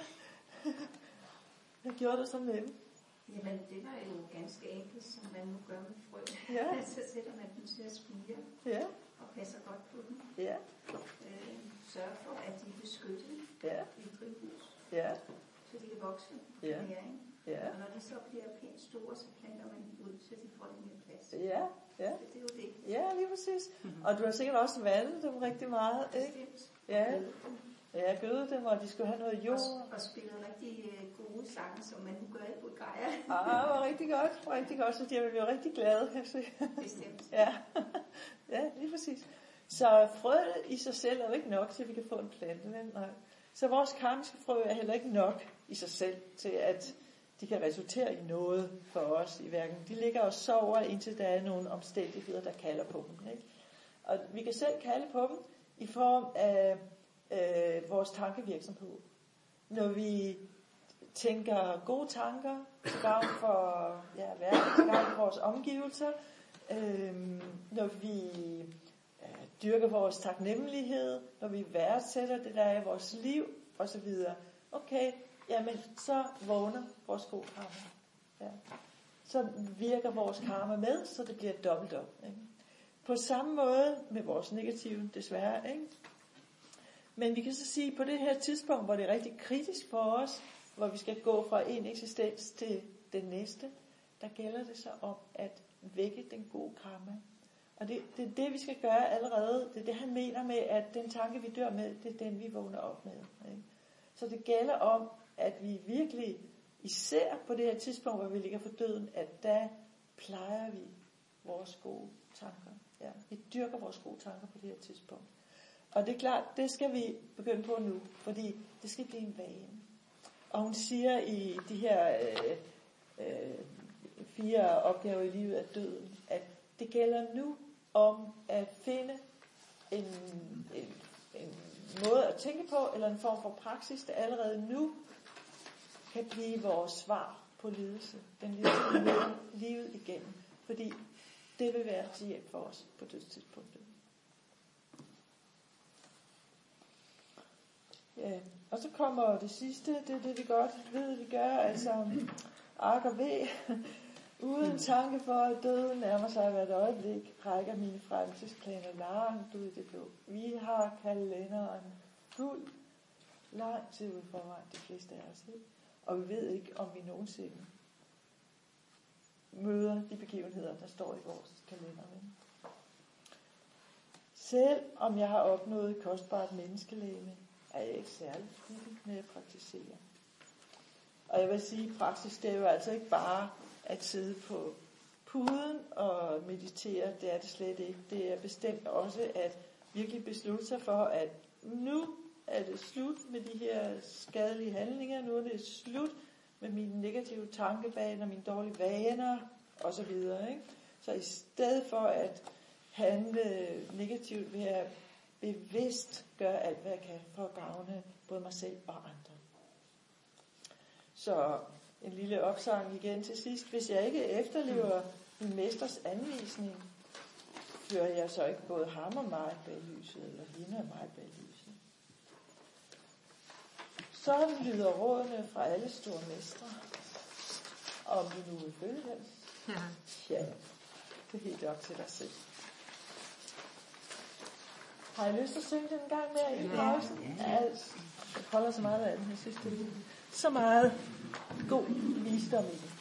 Hvad gjorde du så med dem? Jamen, det var jo ganske enkelt, som man nu gør med frø. Ja. Så sætter man dem til at spire, ja. og passer godt på dem. Ja. Øh, sørger for, at de er beskyttet ja. i et drivhus, ja. så de kan vokse. Ja. Ja. Og når de så bliver pænt store, så planter man dem ud, så de får lidt mere plads. Ja, ja. Så det er jo det. Ja, lige præcis. Mm-hmm. Og du har sikkert også vandet dem rigtig meget, ikke? Ja. Ja, gøde dem, og de skulle have noget jord. Og, og spille rigtig uh, gode sange, som man nu gør i Bulgaria. Ah, var rigtig godt, rigtig godt, så de vil blive rigtig glade, kan jeg se. Bestemt. Ja. Ja, lige præcis. Så frøet i sig selv er jo ikke nok til, at vi kan få en plante. Nej. Så vores karmiske frø er heller ikke nok i sig selv til, at de kan resultere i noget for os i verden. De ligger og sover, indtil der er nogle omstændigheder, der kalder på dem. Ikke? Og vi kan selv kalde på dem i form af øh, vores tankevirksomhed. Når vi tænker gode tanker til gavn for ja, verden, til gavn for vores omgivelser, øh, når vi øh, dyrker vores taknemmelighed, når vi værdsætter det, der er i vores liv, osv. Okay, jamen så vågner vores gode karma. Ja. Så virker vores karma med, så det bliver dobbelt op. Ikke? På samme måde med vores negative, desværre. Ikke? Men vi kan så sige, på det her tidspunkt, hvor det er rigtig kritisk for os, hvor vi skal gå fra en eksistens til den næste, der gælder det så om at vække den gode karma. Og det, det er det, vi skal gøre allerede. Det er det, han mener med, at den tanke, vi dør med, det er den, vi vågner op med. Ikke? Så det gælder om, at vi virkelig, især på det her tidspunkt, hvor vi ligger for døden, at der plejer vi vores gode tanker. Ja, vi dyrker vores gode tanker på det her tidspunkt. Og det er klart, det skal vi begynde på nu, fordi det skal blive en vane. Og hun siger i de her øh, øh, fire opgaver i livet af døden, at det gælder nu om at finde en, en, en måde at tænke på, eller en form for praksis, der allerede nu kan blive vores svar på lidelse. Den lidelse med livet igennem. Fordi det vil være til hjælp for os på dødstidspunktet. Ja, og så kommer det sidste, det er det vi godt ved, vi gør, altså ark og ved. Uden tanke for, at døden nærmer sig hvert øjeblik, rækker mine frelsesplaner langt ud i det blå. Vi har kalenderen fuld, lang tid ud foran de fleste af os. Ikke? Og vi ved ikke, om vi nogensinde møder de begivenheder, der står i vores kalender. Selv om jeg har opnået et kostbart menneskelegeme, er jeg ikke særlig flittig med at praktisere. Og jeg vil sige, at praksis, det er jo altså ikke bare at sidde på puden og meditere, det er det slet ikke. Det er bestemt også at virkelig beslutte sig for, at nu er det slut med de her skadelige handlinger, nu er det slut med mine negative tankebaner, mine dårlige vaner osv. Ikke? Så i stedet for at handle negativt, vil jeg bevidst gøre alt, hvad jeg kan for at gavne både mig selv og andre. Så en lille opsang igen til sidst. Hvis jeg ikke efterlever min mesters anvisning, fører jeg så ikke både ham og mig bag lyset, eller hende og mig bag lyset. Sådan lyder rådene fra alle store mestre. Om du nu vil følge dem. Ja. Ja, det er helt op til dig selv. Har I lyst til at synge den gang mere i pausen? Ja, ja. Altså, jeg holder så meget af den. Jeg synes, det er så meget god visdom i det.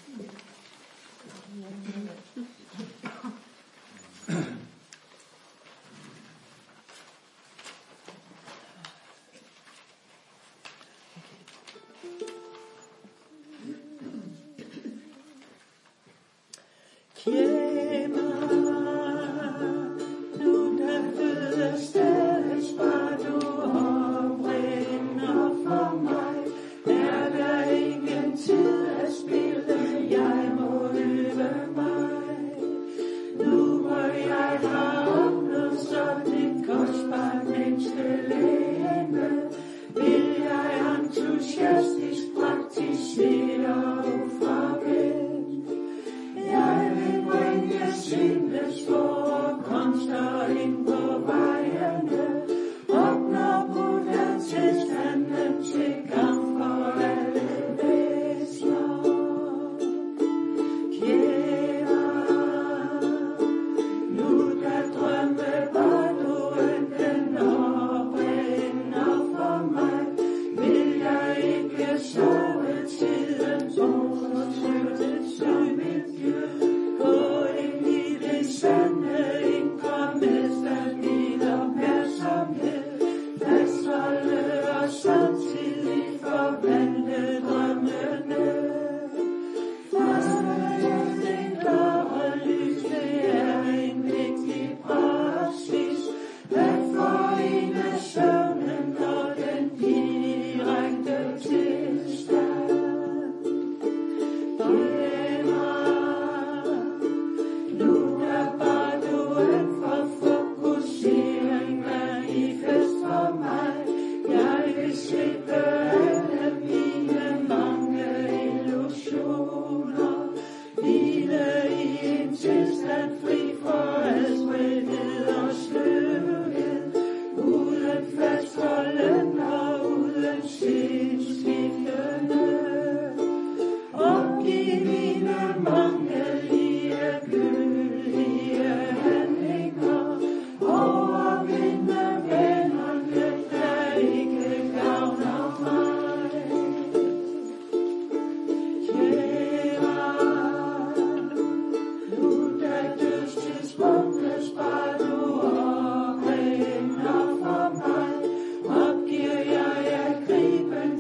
Opgiver jeg at gribe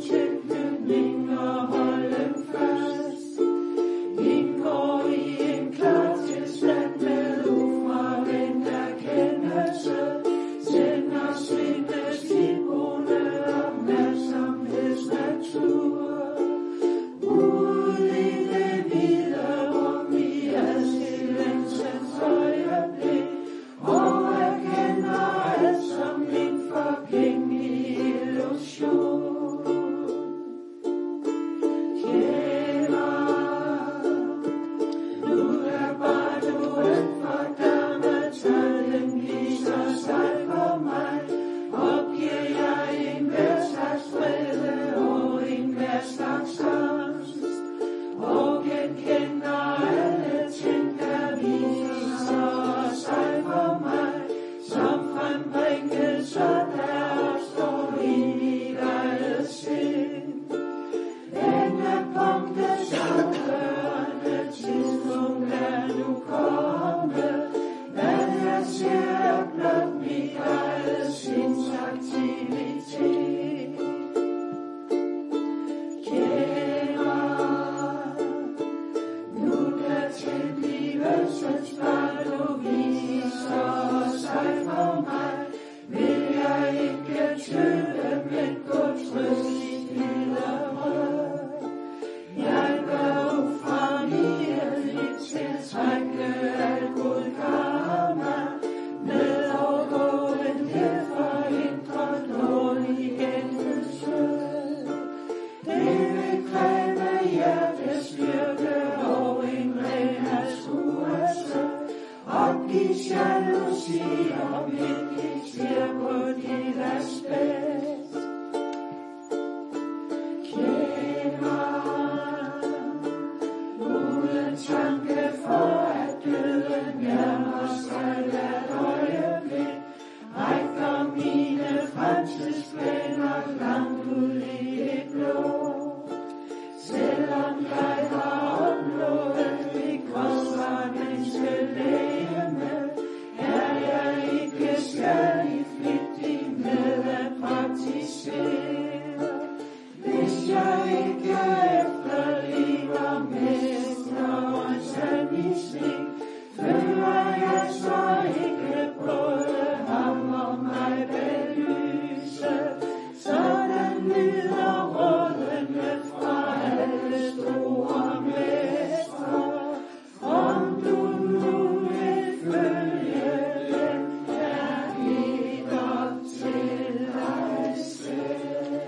jalousi om ikke ser på deres bedst. Kæmmer uden tanke for at døden nærmer sig hvert øjeblik, rækker mine fremtidsplaner langt ud i det blå. Selvom jeg har opnået mit kostbare menneskelegeme, er jeg ikke særlig flittig med at praktisere. Hvis jeg ikke efterlever mesterens anvisning, føler jeg så ikke både ham og mig belyse. Sådan lyder rådene fra alle store mestre. Om du nu vil følge dem, er helt op til dig selv.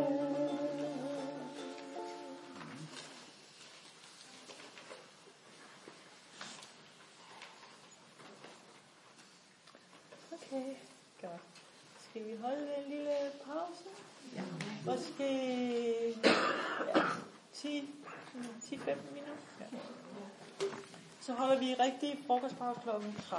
Okay, godt. Skal vi holde en lille pause? Ja. Måske ja, ti til femten minutter. Ja. Så holder vi rigtig frokostpause klokken tretten.